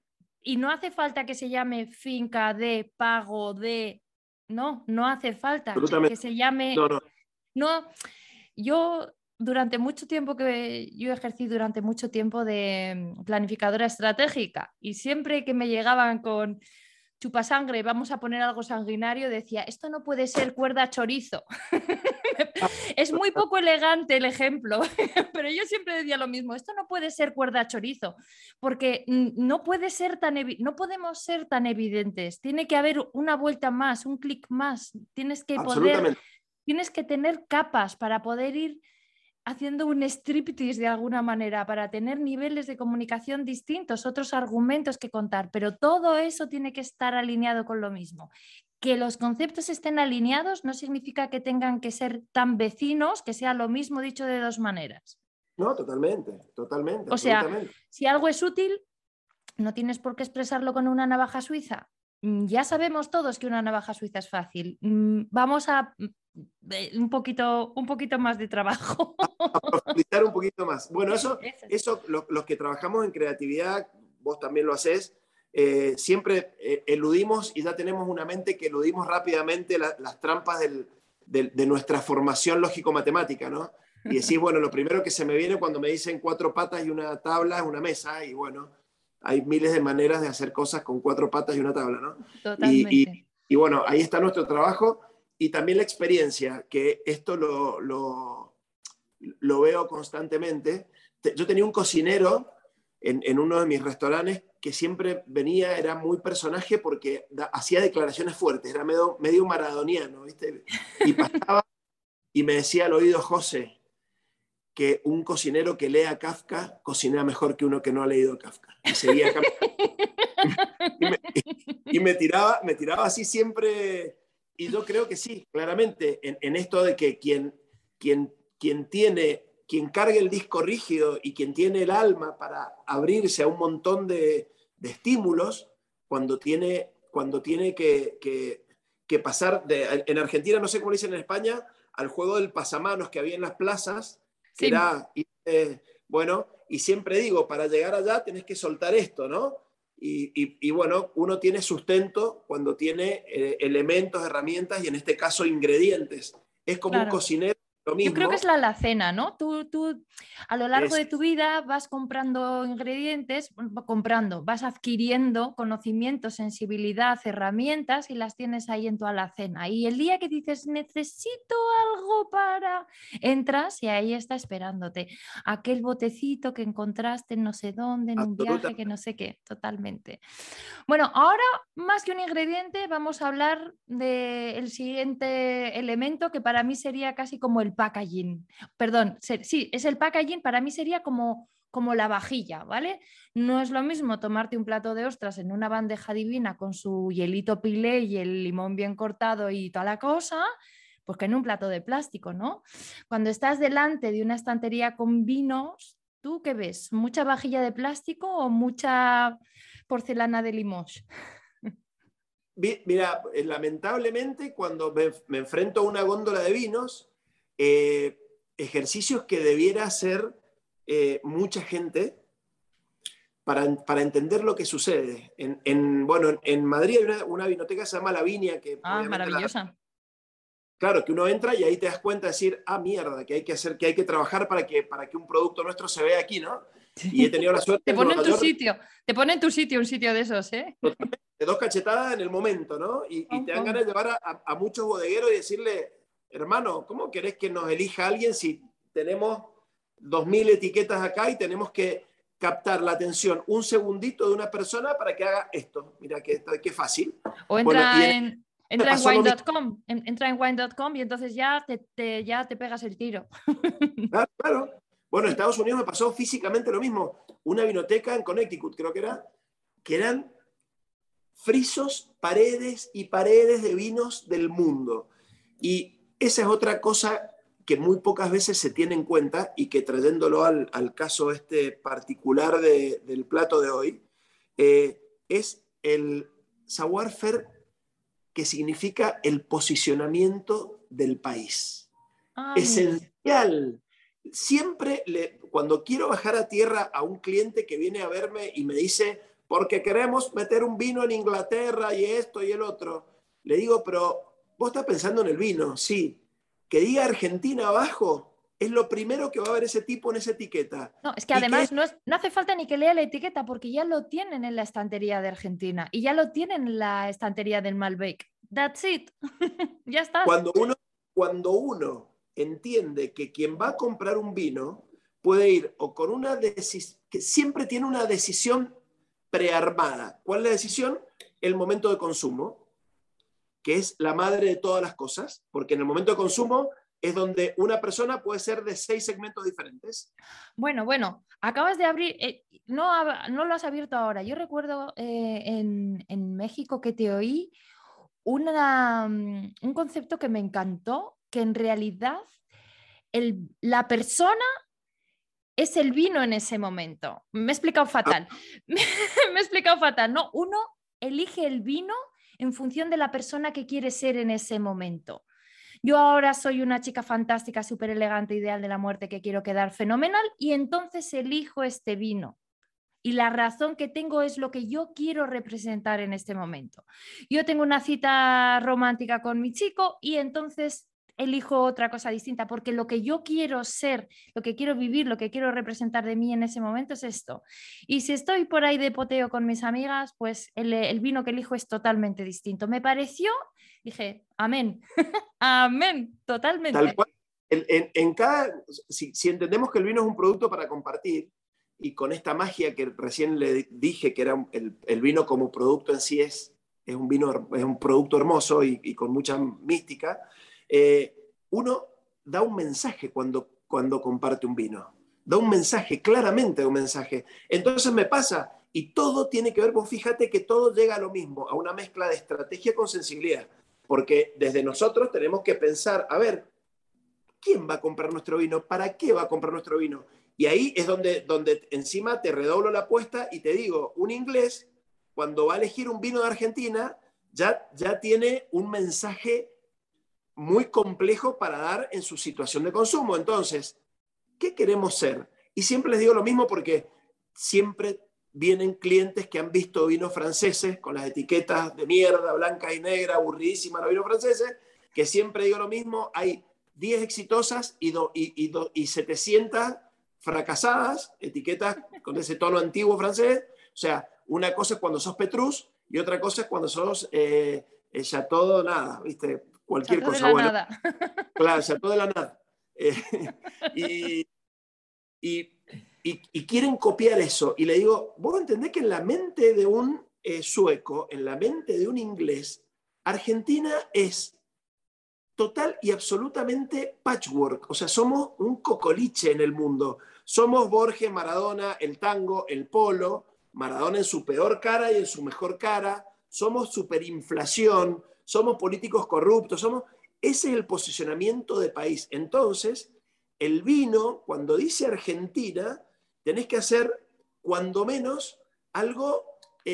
Y no hace falta que se llame finca de pago de... No hace falta que se llame... No, no. No, yo durante mucho tiempo yo ejercí durante mucho tiempo de planificadora estratégica y siempre que me llegaban con chupasangre, vamos a poner algo sanguinario, decía, esto no puede ser cuerda chorizo. Es muy poco elegante el ejemplo, pero yo siempre decía lo mismo, esto no puede ser cuerda chorizo, porque no puede ser no podemos ser tan evidentes, tiene que haber una vuelta más, un clic más, tienes que tienes que tener capas para poder ir haciendo un striptease de alguna manera, para tener niveles de comunicación distintos, otros argumentos que contar, pero todo eso tiene que estar alineado con lo mismo. Que los conceptos estén alineados no significa que tengan que ser tan vecinos, que sea lo mismo dicho de dos maneras. No, totalmente, totalmente. O sea, si algo es útil, no tienes por qué expresarlo con una navaja suiza. Ya sabemos todos que una navaja suiza es fácil. Vamos a un poquito más de trabajo. A profundizar un poquito más. Bueno, eso los que trabajamos en creatividad, vos también lo hacés, siempre eludimos y ya tenemos una mente que eludimos rápidamente las trampas de nuestra formación lógico-matemática, ¿no? Y decís, bueno, lo primero que se me viene cuando me dicen 4 patas y una tabla es una mesa, y bueno, hay miles de maneras de hacer cosas con 4 patas y una tabla, ¿no? Totalmente. Y bueno, ahí está nuestro trabajo y también la experiencia, que esto lo veo constantemente. Yo tenía un cocinero en uno de mis restaurantes que siempre venía, era muy personaje porque hacía declaraciones fuertes, era medio maradoniano, ¿viste? Y pasaba y me decía al oído, José, que un cocinero que lea Kafka cocina mejor que uno que no ha leído Kafka. Y seguía y me tiraba así siempre. Y yo creo que sí, claramente, en esto de que quien cargue el disco rígido y quien tiene el alma para abrirse a un montón de estímulos, cuando tiene que pasar en Argentina, no sé cómo le dicen en España, al juego del pasamanos que había en las plazas, que Sí. era, bueno, y siempre digo, para llegar allá tenés que soltar esto, ¿no? Y bueno, uno tiene sustento cuando tiene elementos, herramientas y en este caso ingredientes. Es como un cocinero, lo mismo. Yo creo que es la alacena, ¿no? Tú a lo largo de tu vida vas comprando ingredientes, vas adquiriendo conocimiento, sensibilidad, herramientas y las tienes ahí en tu alacena. Y el día que dices, necesito algo para... Entras y ahí está esperándote. Aquel botecito que encontraste en no sé dónde, en un viaje, que no sé qué, totalmente. Bueno, ahora más que un ingrediente vamos a hablar del siguiente elemento que para mí sería casi como el packaging. Perdón, sí, es el packaging, para mí sería como la vajilla, ¿vale? No es lo mismo tomarte un plato de ostras en una bandeja divina con su hielito pilé y el limón bien cortado y toda la cosa, pues que en un plato de plástico, ¿no? Cuando estás delante de una estantería con vinos, ¿tú qué ves? ¿Mucha vajilla de plástico o mucha porcelana de Limoges? Mira, lamentablemente cuando me enfrento a una góndola de vinos, ejercicios que debiera hacer mucha gente para entender lo que sucede. Bueno, en Madrid hay una vinoteca que se llama La Viña, que maravillosa. Claro, que uno entra y ahí te das cuenta de decir, mierda, que hay que hacer, que hay que trabajar para que un producto nuestro se vea aquí, ¿no? Y he tenido la suerte te pone en tu sitio, te pone en tu sitio un sitio de esos, ¿eh? De 2 cachetadas en el momento, ¿no? Y te dan ganas de llevar a muchos bodegueros y decirle, hermano, ¿cómo querés que nos elija alguien si tenemos 2000 etiquetas acá y tenemos que captar la atención un segundito de una persona para que haga esto? Mira, qué fácil. O entra en wine.com, entra en wine.com y entonces ya te pegas el tiro. Claro. Bueno, en Estados Unidos me pasó físicamente lo mismo. Una vinoteca en Connecticut, creo que eran frisos, paredes y paredes de vinos del mundo. Y esa es otra cosa que muy pocas veces se tiene en cuenta y que trayéndolo al caso este particular del plato de hoy, es el savoir-faire, que significa el posicionamiento del país. Esencial. Siempre cuando quiero bajar a tierra a un cliente que viene a verme y me dice, porque queremos meter un vino en Inglaterra y esto y el otro. Le digo, pero vos estás pensando en el vino, sí. Que diga Argentina abajo es lo primero que va a ver ese tipo en esa etiqueta. No, es que Y que además no hace falta ni que lea la etiqueta porque ya lo tienen en la estantería de Argentina y ya lo tienen en la estantería del Malbec. That's it. Ya está. cuando uno entiende que quien va a comprar un vino puede ir o con una decisión, que siempre tiene una decisión prearmada. ¿Cuál es la decisión? El momento de consumo, que es la madre de todas las cosas, porque en el momento de consumo es donde una persona puede ser de 6 segmentos diferentes. Bueno, acabas de abrir, no lo has abierto ahora. Yo recuerdo en México que te oí un concepto que me encantó, que en realidad la persona es el vino en ese momento. Me he explicado fatal. Me he explicado fatal. No, uno elige el vino en función de la persona que quiere ser en ese momento. Yo ahora soy una chica fantástica, súper elegante, ideal de la muerte, que quiero quedar fenomenal y entonces elijo este vino. Y la razón que tengo es lo que yo quiero representar en este momento. Yo tengo una cita romántica con mi chico y entonces elijo otra cosa distinta, porque lo que yo quiero ser, lo que quiero vivir, lo que quiero representar de mí en ese momento es esto. Y si estoy por ahí de poteo con mis amigas, pues el vino que elijo es totalmente distinto. Me pareció, dije, amén, amén, Tal totalmente. cual. Si entendemos que el vino es un producto para compartir, y con esta magia que recién le dije que era el vino como producto en sí es un vino, es un producto hermoso y con mucha mística, uno da un mensaje cuando comparte un vino. Da un mensaje, claramente un mensaje. Entonces me pasa, y todo tiene que ver, vos fíjate que todo llega a lo mismo, a una mezcla de estrategia con sensibilidad. Porque desde nosotros tenemos que pensar, a ver, ¿quién va a comprar nuestro vino? ¿Para qué va a comprar nuestro vino? Y ahí es donde encima te redoblo la apuesta y te digo, un inglés, cuando va a elegir un vino de Argentina, ya tiene un mensaje muy complejo para dar en su situación de consumo. Entonces, ¿qué queremos ser? Y siempre les digo lo mismo porque siempre vienen clientes que han visto vinos franceses con las etiquetas de mierda, blanca y negra, aburridísimas los vinos franceses, que siempre digo lo mismo, hay 10 exitosas y 700 fracasadas, etiquetas con ese tono antiguo francés. O sea, una cosa es cuando sos Petrus y otra cosa es cuando sos Chateau nada, ¿viste? Cualquier Chateau de cosa. la Bueno, nada. claro, Chateau de la nada. Eh, y, y, y quieren copiar eso. Y le digo, vos entendés que en la mente de un sueco, en la mente de un inglés, Argentina es total y absolutamente patchwork. O sea, somos un cocoliche en el mundo. Somos Borges, Maradona, el tango, el polo, Maradona en su peor cara y en su mejor cara. Somos superinflación, somos políticos corruptos, somos... Ese es el posicionamiento de país. Entonces, el vino, cuando dice Argentina, tenés que hacer, cuando menos, algo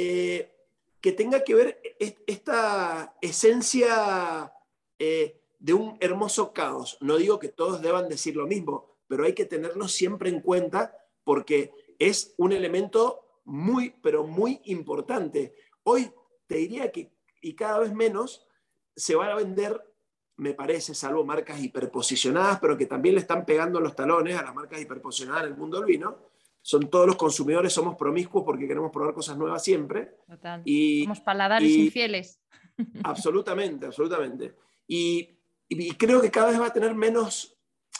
que tenga que ver esta esencia de un hermoso caos. No digo que todos deban decir lo mismo, pero hay que tenerlo siempre en cuenta porque es un elemento muy, pero muy importante. Hoy te diría que, y cada vez menos, se van a vender, me parece, salvo marcas hiperposicionadas, pero que también le están pegando los talones a las marcas hiperposicionadas en el mundo del vino. Son todos los consumidores, somos promiscuos porque queremos probar cosas nuevas siempre. Total. Y, Somos paladares y infieles. absolutamente, absolutamente. Y creo que cada vez va a tener menos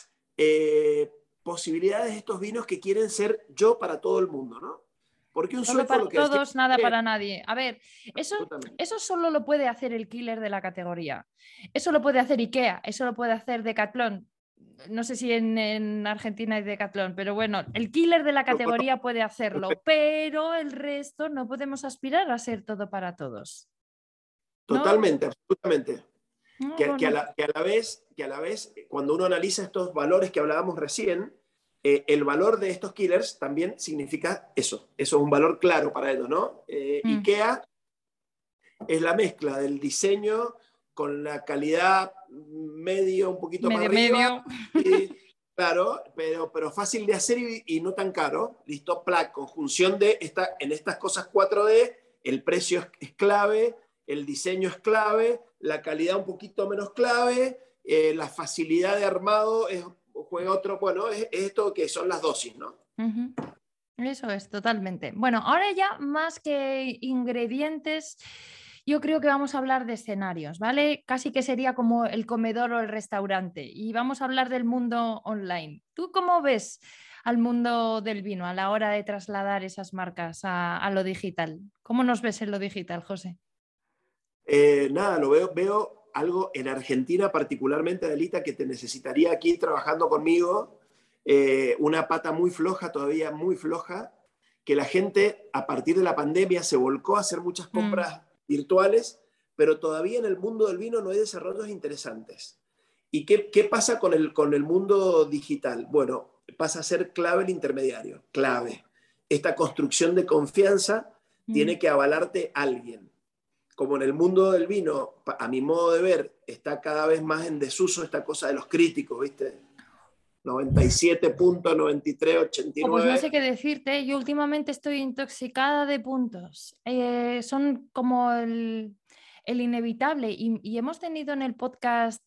posibilidades estos vinos que quieren ser yo para todo el mundo, ¿no? Porque un Solo sueco para lo que decía todos, nada para nadie. A ver, absolutamente. eso solo lo puede hacer el killer de la categoría. Eso lo puede hacer IKEA, eso lo puede hacer Decathlon. No sé si en Argentina hay Decathlon, pero bueno, el killer de la Lo conozco categoría puede hacerlo, pero el resto no podemos aspirar a ser todo para todos. ¿No? totalmente, absolutamente. No, Que, no, que, a no. la, que, a la vez, cuando uno analiza estos valores que hablábamos recién, el valor de estos killers también significa eso. Eso es un valor claro para ellos, ¿no? Mm. IKEA es la mezcla del diseño con la calidad medio, un poquito para Medio, arriba, medio. y, claro, pero fácil de hacer y no tan caro. Listo, plac, conjunción de en estas cosas 4D, el precio es clave, el diseño es clave, la calidad un poquito menos clave, la facilidad de armado juega otro, bueno, es esto que son las dosis, ¿no? Uh-huh. Eso es, totalmente. Bueno, ahora ya más que ingredientes, yo creo que vamos a hablar de escenarios, ¿vale? Casi que sería como el comedor o el restaurante. Y vamos a hablar del mundo online. ¿Tú cómo ves al mundo del vino a la hora de trasladar esas marcas a lo digital? ¿Cómo nos ves en lo digital, José? Nada, veo algo en Argentina particularmente, Adelita, que te necesitaría aquí trabajando conmigo, una pata muy floja, todavía muy floja, que la gente a partir de la pandemia se volcó a hacer muchas compras virtuales, pero todavía en el mundo del vino no hay desarrollos interesantes. ¿Y qué pasa con el mundo digital? Bueno, pasa a ser clave el intermediario, clave. Esta construcción de confianza tiene que avalarte alguien. Como en el mundo del vino, a mi modo de ver, está cada vez más en desuso esta cosa de los críticos, ¿viste? 97.93, Pues no 89. sé qué decirte, yo últimamente estoy intoxicada de puntos. Son como el inevitable y hemos tenido en el podcast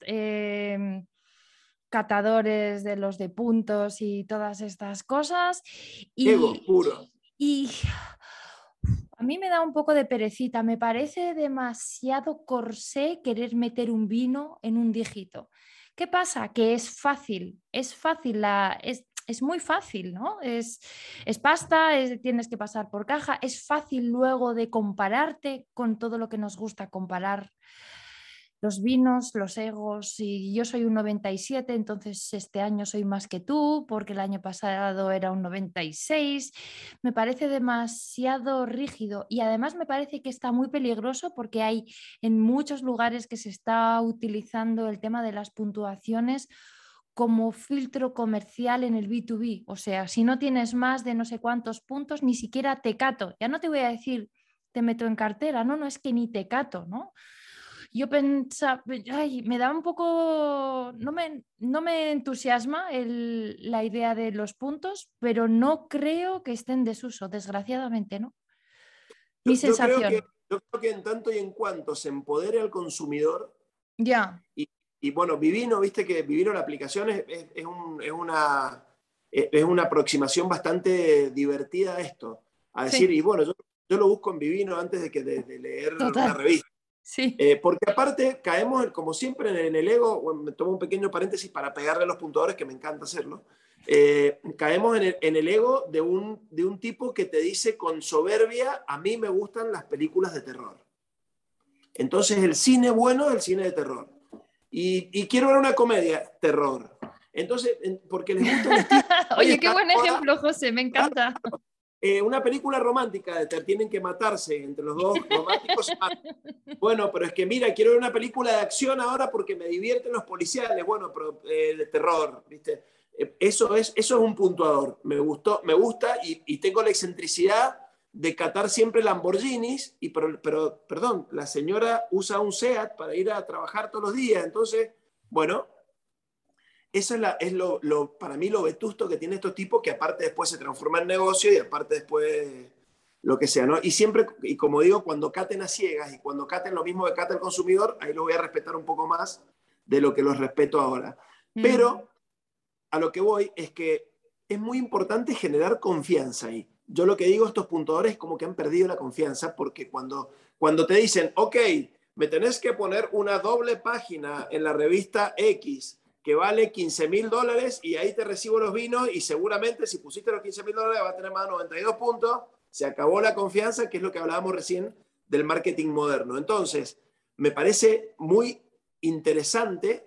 catadores de los de puntos y todas estas cosas Ego y, puro. y a mí me da un poco de perecita, me parece demasiado corsé querer meter un vino en un dígito. ¿Qué pasa? Que es fácil, es muy fácil, ¿no? Es pasta, tienes que pasar por caja, es fácil luego de compararte con todo lo que nos gusta comparar los vinos, los egos, y yo soy un 97, entonces este año soy más que tú, porque el año pasado era un 96. Me parece demasiado rígido y además me parece que está muy peligroso porque hay en muchos lugares que se está utilizando el tema de las puntuaciones como filtro comercial en el B2B. O sea, si no tienes más de no sé cuántos puntos, ni siquiera te cato. Ya no te voy a decir te meto en cartera, no, no es que ni te cato, ¿no? Yo pensaba, ay, me da un poco, no me entusiasma la idea de los puntos, pero no creo que esté en desuso, desgraciadamente, ¿no? Mi Yo, yo creo que, sensación. yo creo que en tanto y en cuanto se empodere al consumidor, Ya, y, y bueno, Vivino, viste que Vivino la aplicación es una aproximación bastante divertida a esto. A decir, sí, y bueno, yo lo busco en Vivino antes de leer una total, revista. sí. Porque aparte caemos, como siempre, en el ego. Bueno, me tomo un pequeño paréntesis para pegarle a los puntuadores, que me encanta hacerlo. Caemos en el ego de un tipo que te dice con soberbia: a mí me gustan las películas de terror. Entonces el cine bueno es el cine de terror. Y quiero ver una comedia, terror. Entonces, porque les gusta un estilo. Hoy Oye, qué está buen ejemplo, José, me encanta. una película romántica, tienen que matarse entre los dos románticos. Bueno, pero es que mira, quiero ver una película de acción ahora porque me divierten los policiales. Bueno, pero de terror, ¿viste? Eso es un puntuador. Me gusta y tengo la excentricidad de catar siempre Lamborghinis, pero, perdón, la señora usa un SEAT para ir a trabajar todos los días. Entonces, bueno, eso para mí lo vetusto que tiene estos tipos, que aparte después se transforma en negocio y aparte después lo que sea, ¿no? Y siempre, y como digo, cuando caten a ciegas y cuando caten lo mismo que cata el consumidor, ahí lo voy a respetar un poco más de lo que los respeto ahora. Pero a lo que voy es que es muy importante generar confianza ahí. Yo lo que digo, estos puntuadores es como que han perdido la confianza, porque cuando te dicen, ok, me tenés que poner una doble página en la revista X que vale $15,000 y ahí te recibo los vinos y seguramente si pusiste los $15,000 va a tener más de 92 puntos, se acabó la confianza, que es lo que hablábamos recién del marketing moderno. Entonces, me parece muy interesante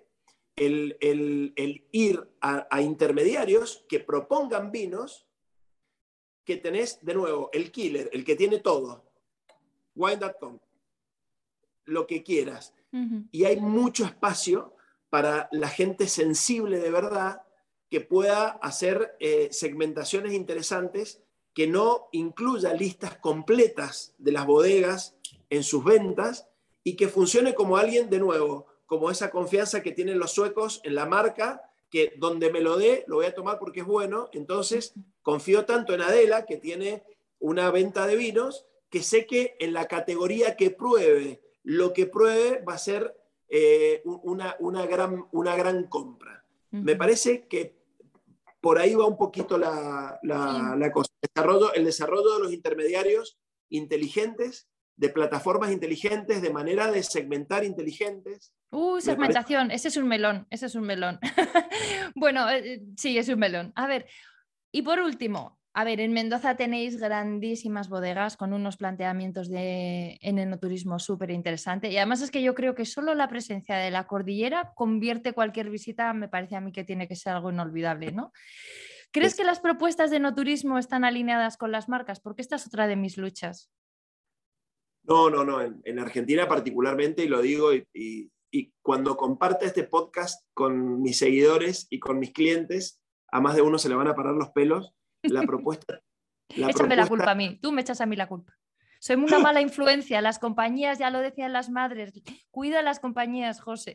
el ir a intermediarios que propongan vinos, que tenés, de nuevo, el killer, el que tiene todo, wine.com, lo que quieras. Y hay mucho espacio para la gente sensible de verdad que pueda hacer segmentaciones interesantes, que no incluya listas completas de las bodegas en sus ventas y que funcione como alguien, de nuevo, como esa confianza que tienen los suecos en la marca, que donde me lo dé, lo voy a tomar porque es bueno. Entonces, confío tanto en Adela, que tiene una venta de vinos, que sé que en la categoría que pruebe, lo que pruebe va a ser una gran compra. Me parece que por ahí va un poquito la cosa. El desarrollo de los intermediarios inteligentes, de plataformas inteligentes, de manera de segmentar inteligentes. Segmentación, ese es un melón. Bueno, sí, es un melón. A ver, y por último, a ver, en Mendoza tenéis grandísimas bodegas con unos planteamientos en enoturismo súper interesante. Y además es que yo creo que solo la presencia de la cordillera convierte cualquier visita, me parece a mí que tiene que ser algo inolvidable, ¿no? ¿Crees que las propuestas de enoturismo están alineadas con las marcas? Porque esta es otra de mis luchas. No. En Argentina particularmente, y lo digo, y cuando comparte este podcast con mis seguidores y con mis clientes, a más de uno se le van a parar los pelos. Échame la culpa a mí, tú me echas a mí la culpa. Soy una mala influencia, las compañías, ya lo decían las madres, cuida las compañías, José.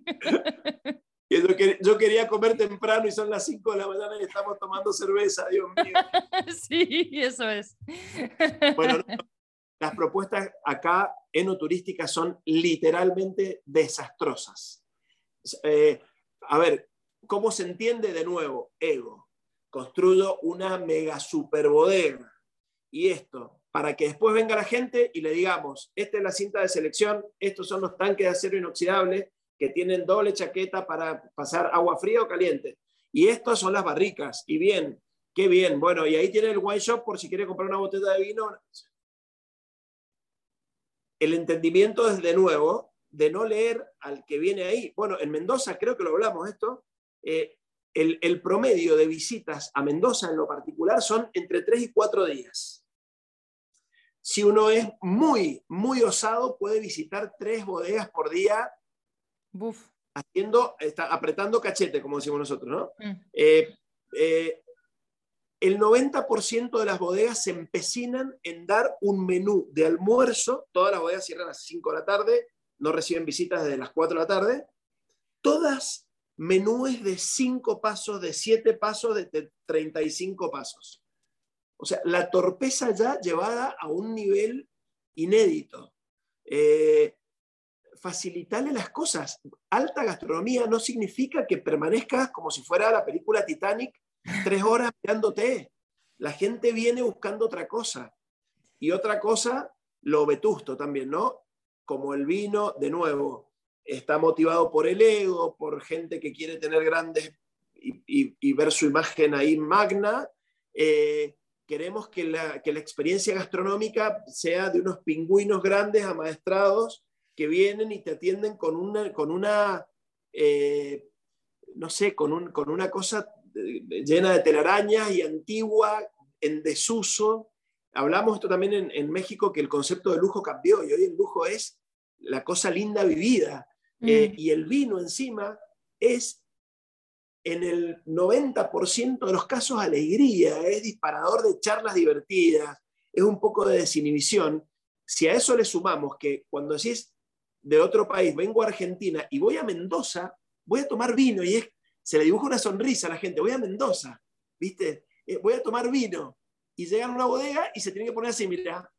Yo quería comer temprano y son las 5 de la mañana y estamos tomando cerveza, Dios mío. Sí, eso es. Bueno, las propuestas acá enoturísticas son literalmente desastrosas. A ver, ¿cómo se entiende de nuevo? Ego. Construyo una mega super bodega. Y esto, para que después venga la gente y le digamos, esta es la cinta de selección, estos son los tanques de acero inoxidable que tienen doble chaqueta para pasar agua fría o caliente. Y estas son las barricas. Y bien, qué bien. Bueno, y ahí tiene el wine shop por si quiere comprar una botella de vino. El entendimiento es, de nuevo, de no leer al que viene ahí. Bueno, en Mendoza, creo que lo hablamos esto, el promedio de visitas a Mendoza en lo particular son entre 3 y 4 días. Si uno es muy, muy osado, puede visitar 3 bodegas por día, apretando cachete, como decimos nosotros, ¿no? El 90% de las bodegas se empecinan en dar un menú de almuerzo. Todas las bodegas cierran a las 5 de la tarde, no reciben visitas desde las 4 de la tarde. Todas menúes de 5 pasos, de 7 pasos, de 35 pasos. O sea, la torpeza ya llevada a un nivel inédito. Facilitarle las cosas. Alta gastronomía no significa que permanezcas como si fuera la película Titanic 3 horas mirándote. La gente viene buscando otra cosa. Y otra cosa, lo vetusto también, ¿no? Como el vino, de nuevo, está motivado por el ego, por gente que quiere tener grandes y ver su imagen ahí magna. Queremos que la experiencia gastronómica sea de unos pingüinos grandes, amaestrados, que vienen y te atienden con una cosa llena de telarañas y antigua, en desuso. Hablamos esto también en México, que el concepto de lujo cambió y hoy el lujo es la cosa linda vivida. Y el vino encima es, en el 90% de los casos, alegría, es disparador de charlas divertidas, es un poco de desinhibición. Si a eso le sumamos que cuando decís de otro país, vengo a Argentina y voy a Mendoza, voy a tomar vino, y se le dibuja una sonrisa a la gente, voy a Mendoza, ¿viste? Voy a tomar vino. Y llegan a una bodega y se tienen que poner así, mira,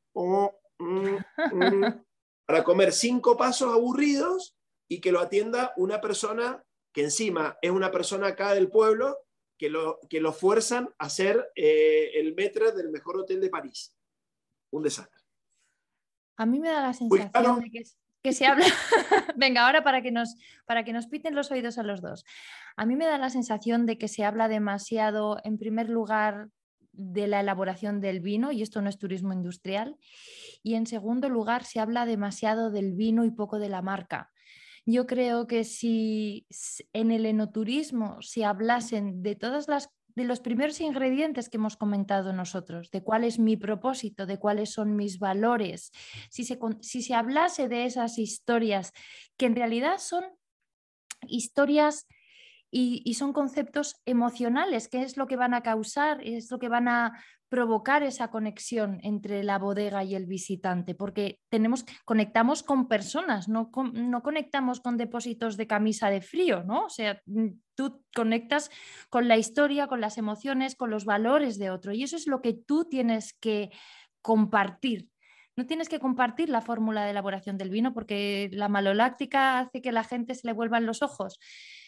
para comer 5 pasos aburridos y que lo atienda una persona que encima es una persona acá del pueblo, que lo fuerzan a ser el maître del mejor hotel de París. Un desastre. A mí me da la sensación de que se habla... Venga, ahora para que nos piten los oídos a los dos. A mí me da la sensación de que se habla demasiado, en primer lugar, de la elaboración del vino, y esto no es turismo industrial, y en segundo lugar se habla demasiado del vino y poco de la marca. Yo creo que si en el enoturismo se hablasen de de los primeros ingredientes que hemos comentado nosotros, de cuál es mi propósito, de cuáles son mis valores, si se hablase de esas historias, que en realidad son historias y son conceptos emocionales, que es lo que van a causar, es lo que van a provocar esa conexión entre la bodega y el visitante, porque conectamos con personas, no conectamos con depósitos de camisa de frío, ¿no? O sea, tú conectas con la historia, con las emociones, con los valores de otro, y eso es lo que tú tienes que compartir. No tienes que compartir la fórmula de elaboración del vino porque la maloláctica hace que la gente se le vuelvan los ojos.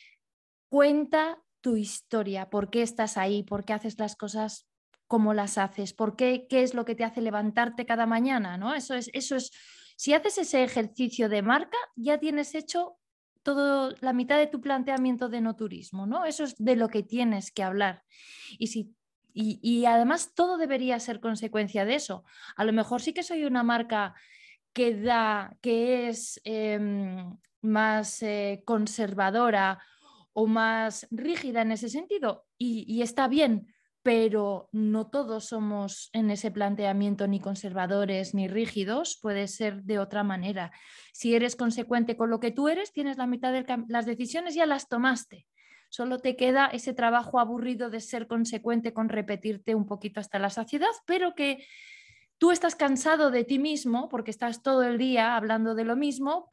Cuenta tu historia, por qué estás ahí, por qué haces las cosas como las haces, qué es lo que te hace levantarte cada mañana, ¿no? Eso es, si haces ese ejercicio de marca, ya tienes hecho todo, la mitad de tu planteamiento de no turismo, ¿no? Eso es de lo que tienes que hablar. Y además todo debería ser consecuencia de eso. A lo mejor sí que soy una marca que es más conservadora o más rígida en ese sentido, y está bien, pero no todos somos en ese planteamiento ni conservadores ni rígidos, puede ser de otra manera. Si eres consecuente con lo que tú eres, tienes la mitad de las decisiones, ya las tomaste. Solo te queda ese trabajo aburrido de ser consecuente con repetirte un poquito hasta la saciedad, pero que tú estás cansado de ti mismo porque estás todo el día hablando de lo mismo,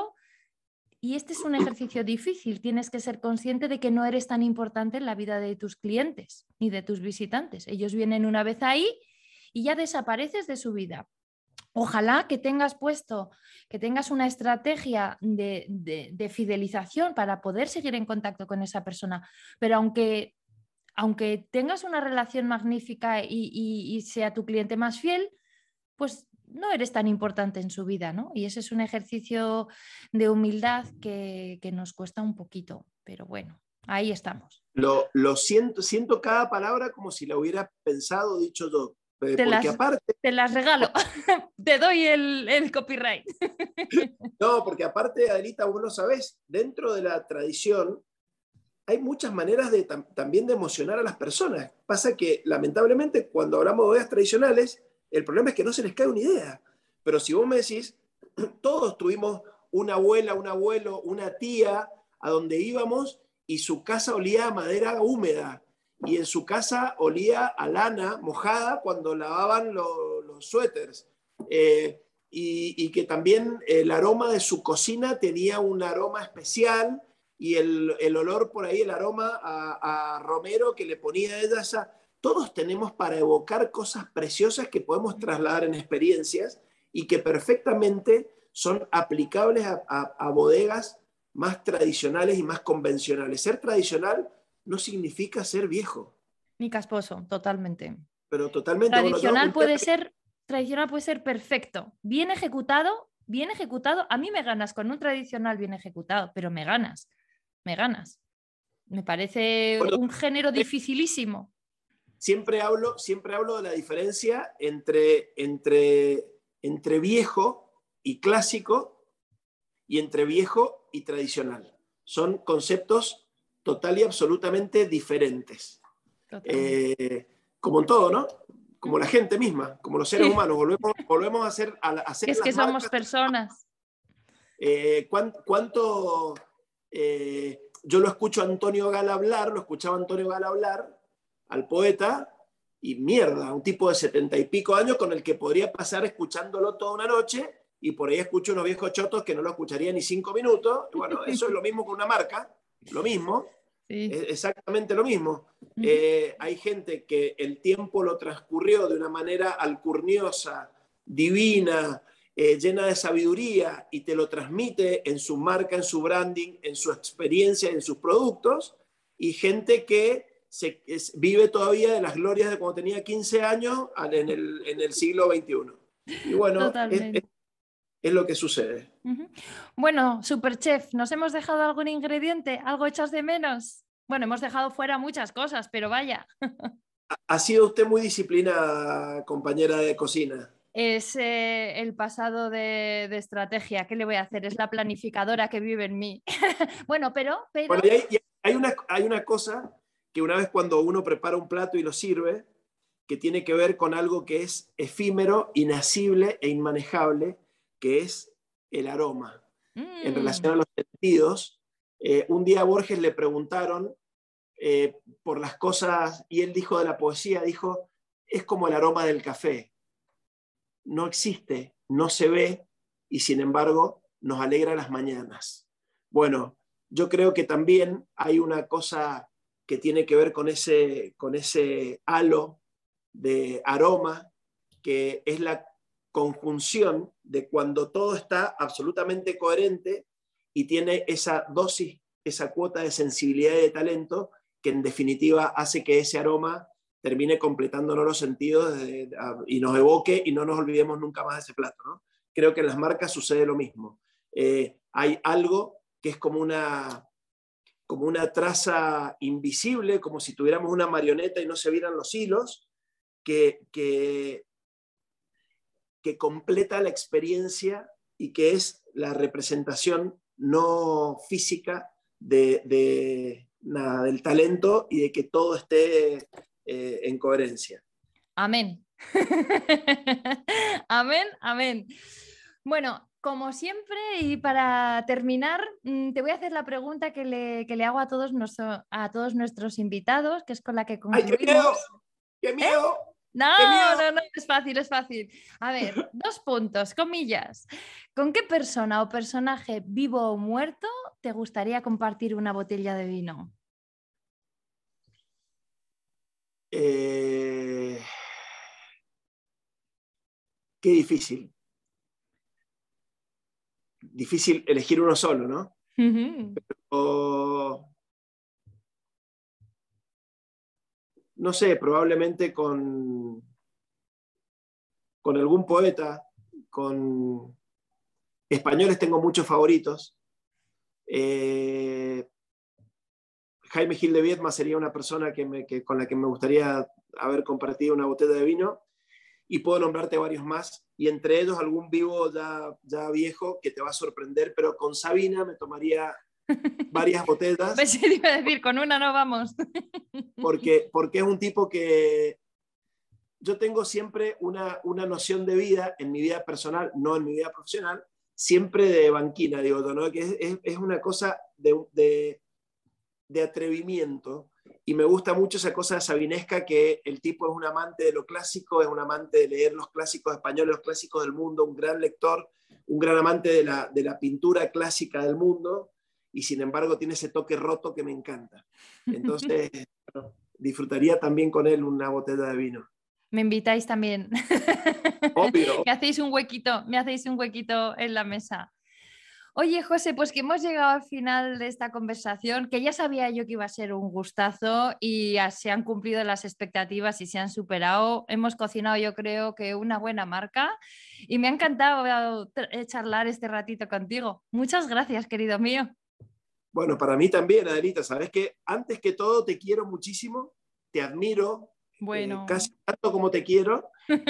y este es un ejercicio difícil, tienes que ser consciente de que no eres tan importante en la vida de tus clientes ni de tus visitantes. Ellos vienen una vez ahí y ya desapareces de su vida. Ojalá que tengas una estrategia de fidelización para poder seguir en contacto con esa persona, pero aunque tengas una relación magnífica y sea tu cliente más fiel, pues no eres tan importante en su vida, ¿no? Y ese es un ejercicio de humildad que nos cuesta un poquito, pero bueno, ahí estamos. Lo siento cada palabra como si la hubiera pensado, dicho yo. Porque aparte... Te las regalo, te doy el copyright. No, porque aparte, Adelita, vos lo sabés, dentro de la tradición hay muchas maneras también de emocionar a las personas. Pasa que, lamentablemente, cuando hablamos de bodegas tradicionales, el problema es que no se les cae una idea. Pero si vos me decís, todos tuvimos una abuela, un abuelo, una tía a donde íbamos y su casa olía a madera húmeda y en su casa olía a lana mojada cuando lavaban los suéteres. Y que también el aroma de su cocina tenía un aroma especial y el olor por ahí, el aroma a romero que le ponía a ella. Todos tenemos para evocar cosas preciosas que podemos trasladar en experiencias y que perfectamente son aplicables a bodegas más tradicionales y más convencionales. Ser tradicional no significa ser viejo. Ni casposo, totalmente. Pero totalmente. Tradicional puede ser perfecto, bien ejecutado. A mí me ganas con un tradicional bien ejecutado, pero me ganas. Me parece un género dificilísimo. Siempre hablo de la diferencia entre viejo y clásico y entre viejo y tradicional. Son conceptos total y absolutamente diferentes. Como en todo, ¿no? Como la gente misma, como los seres humanos. Volvemos a hacer es que somos personas. ¿Cuánto yo lo escucho a Antonio Gala hablar, lo escuchaba Antonio Gala hablar, al poeta, y mierda, un tipo de 70 y pico años con el que podría pasar escuchándolo toda una noche, y por ahí escucho unos viejos chotos que no lo escucharía ni 5 minutos. Y bueno, eso es lo mismo con una marca, lo mismo, sí. Es exactamente lo mismo. Hay gente que el tiempo lo transcurrió de una manera alcurniosa, divina, llena de sabiduría, y te lo transmite en su marca, en su branding, en su experiencia, en sus productos, y gente que vive todavía de las glorias de cuando tenía 15 años en el siglo XXI. Y bueno, es lo que sucede. Bueno, Superchef, ¿nos hemos dejado algún ingrediente? ¿Algo echas de menos? Bueno, hemos dejado fuera muchas cosas, pero vaya. Ha sido usted muy disciplinada, compañera de cocina. Es el pasado de estrategia. ¿Qué le voy a hacer? Es la planificadora que vive en mí. Bueno, pero... Bueno, hay una cosa que una vez cuando uno prepara un plato y lo sirve, que tiene que ver con algo que es efímero, inacible e inmanejable, que es el aroma. En relación a los sentidos, Un día a Borges le preguntaron por las cosas, y él dijo de la poesía, dijo, es como el aroma del café, no existe, no se ve, y sin embargo nos alegra las mañanas. Bueno, yo creo que también hay una cosa que tiene que ver con ese halo de aroma, que es la conjunción de cuando todo está absolutamente coherente y tiene esa dosis, esa cuota de sensibilidad y de talento que en definitiva hace que ese aroma termine completándonos los sentidos y nos evoque y no nos olvidemos nunca más de ese plato, ¿no? Creo que en las marcas sucede lo mismo. Hay algo que es como una traza invisible, como si tuviéramos una marioneta y no se vieran los hilos, que completa la experiencia y que es la representación no física del talento y de que todo esté en coherencia. Amén. Amén, amén. Bueno, como siempre, y para terminar, te voy a hacer la pregunta que le hago a todos nuestros invitados, que es con la que ¡Ay, qué concluimos. miedo! ¡Qué miedo! No, ¡Qué miedo! no, es fácil, es fácil. A ver, 2 puntos, comillas. ¿Con qué persona o personaje vivo o muerto te gustaría compartir una botella de vino? Qué difícil. Difícil elegir uno solo, ¿no? O, no sé, probablemente con algún poeta, con españoles tengo muchos favoritos. Jaime Gil de Viedma sería una persona con la que me gustaría haber compartido una botella de vino, y puedo nombrarte varios más, y entre ellos algún vivo ya viejo que te va a sorprender, pero con Sabina me tomaría varias botellas. Pensé que iba a decir, con una no vamos. porque es un tipo que yo tengo siempre una noción de vida, en mi vida personal, no en mi vida profesional, siempre de banquina, digo, ¿no? Que es una cosa de atrevimiento, y me gusta mucho esa cosa sabinesca, que el tipo es un amante de lo clásico, es un amante de leer los clásicos españoles, los clásicos del mundo, un gran lector, un gran amante de la pintura clásica del mundo, y sin embargo tiene ese toque roto que me encanta. Entonces, bueno, disfrutaría también con él una botella de vino. Me invitáis también. Obvio. Me hacéis un huequito en la mesa. Oye, José, pues que hemos llegado al final de esta conversación, que ya sabía yo que iba a ser un gustazo y se han cumplido las expectativas y se han superado. Hemos cocinado, yo creo que una buena marca, y me ha encantado charlar este ratito contigo. Muchas gracias, querido mío. Bueno, para mí también, Adelita, sabes que antes que todo te quiero muchísimo, te admiro, Bueno. casi tanto como te quiero,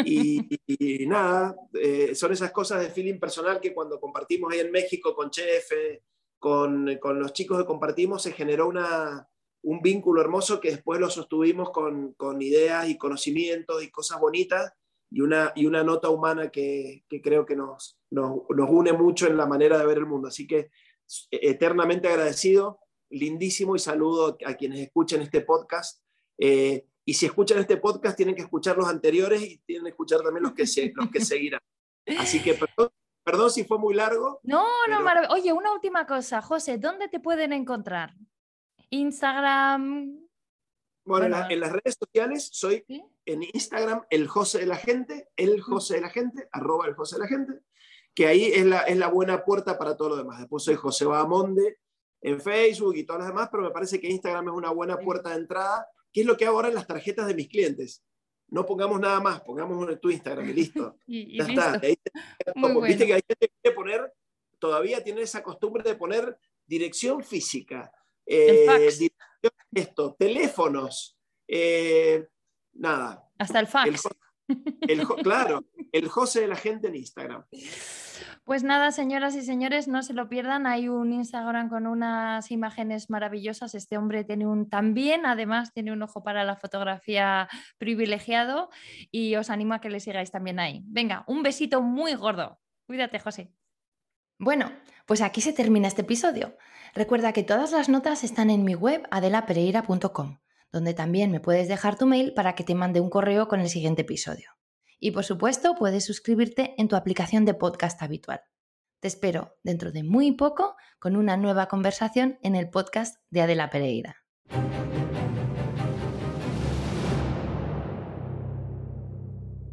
y nada, son esas cosas de feeling personal que cuando compartimos ahí en México con Chef, con los chicos que compartimos, se generó un vínculo hermoso que después lo sostuvimos con ideas y conocimientos y cosas bonitas, y una nota humana que creo que nos une mucho en la manera de ver el mundo. Así que eternamente agradecido, lindísimo, y saludo a quienes escuchen este podcast. Y si escuchan este podcast, tienen que escuchar los anteriores y tienen que escuchar también los que seguirán. Así que perdón si fue muy largo. No, pero... maravilloso. Oye, una última cosa, José, ¿dónde te pueden encontrar? Instagram. Bueno, en las redes sociales soy, ¿sí? En Instagram, el José de la Gente, @ el José de la Gente, que ahí es la buena puerta para todo lo demás. Después soy José Bahamonde en Facebook y todas las demás, pero me parece que Instagram es una buena puerta de entrada, que es lo que hago ahora en las tarjetas de mis clientes. No pongamos nada más, pongamos tu Instagram y listo. y Ya listo. está. Ahí Muy bueno. Viste que hay gente que quiere poner, todavía tiene esa costumbre de poner dirección física, El fax. dirección teléfonos, nada. Hasta el fax. Claro, el José de la Gente en Instagram. Pues nada, señoras y señores, no se lo pierdan. Hay un Instagram con unas imágenes maravillosas. Este hombre además, tiene un ojo para la fotografía privilegiado, y os animo a que le sigáis también ahí. Venga, un besito muy gordo. Cuídate, José. Bueno, pues aquí se termina este episodio. Recuerda que todas las notas están en mi web adelapereira.com, donde también me puedes dejar tu mail para que te mande un correo con el siguiente episodio. Y por supuesto, puedes suscribirte en tu aplicación de podcast habitual. Te espero dentro de muy poco con una nueva conversación en el podcast de Adela Pereira.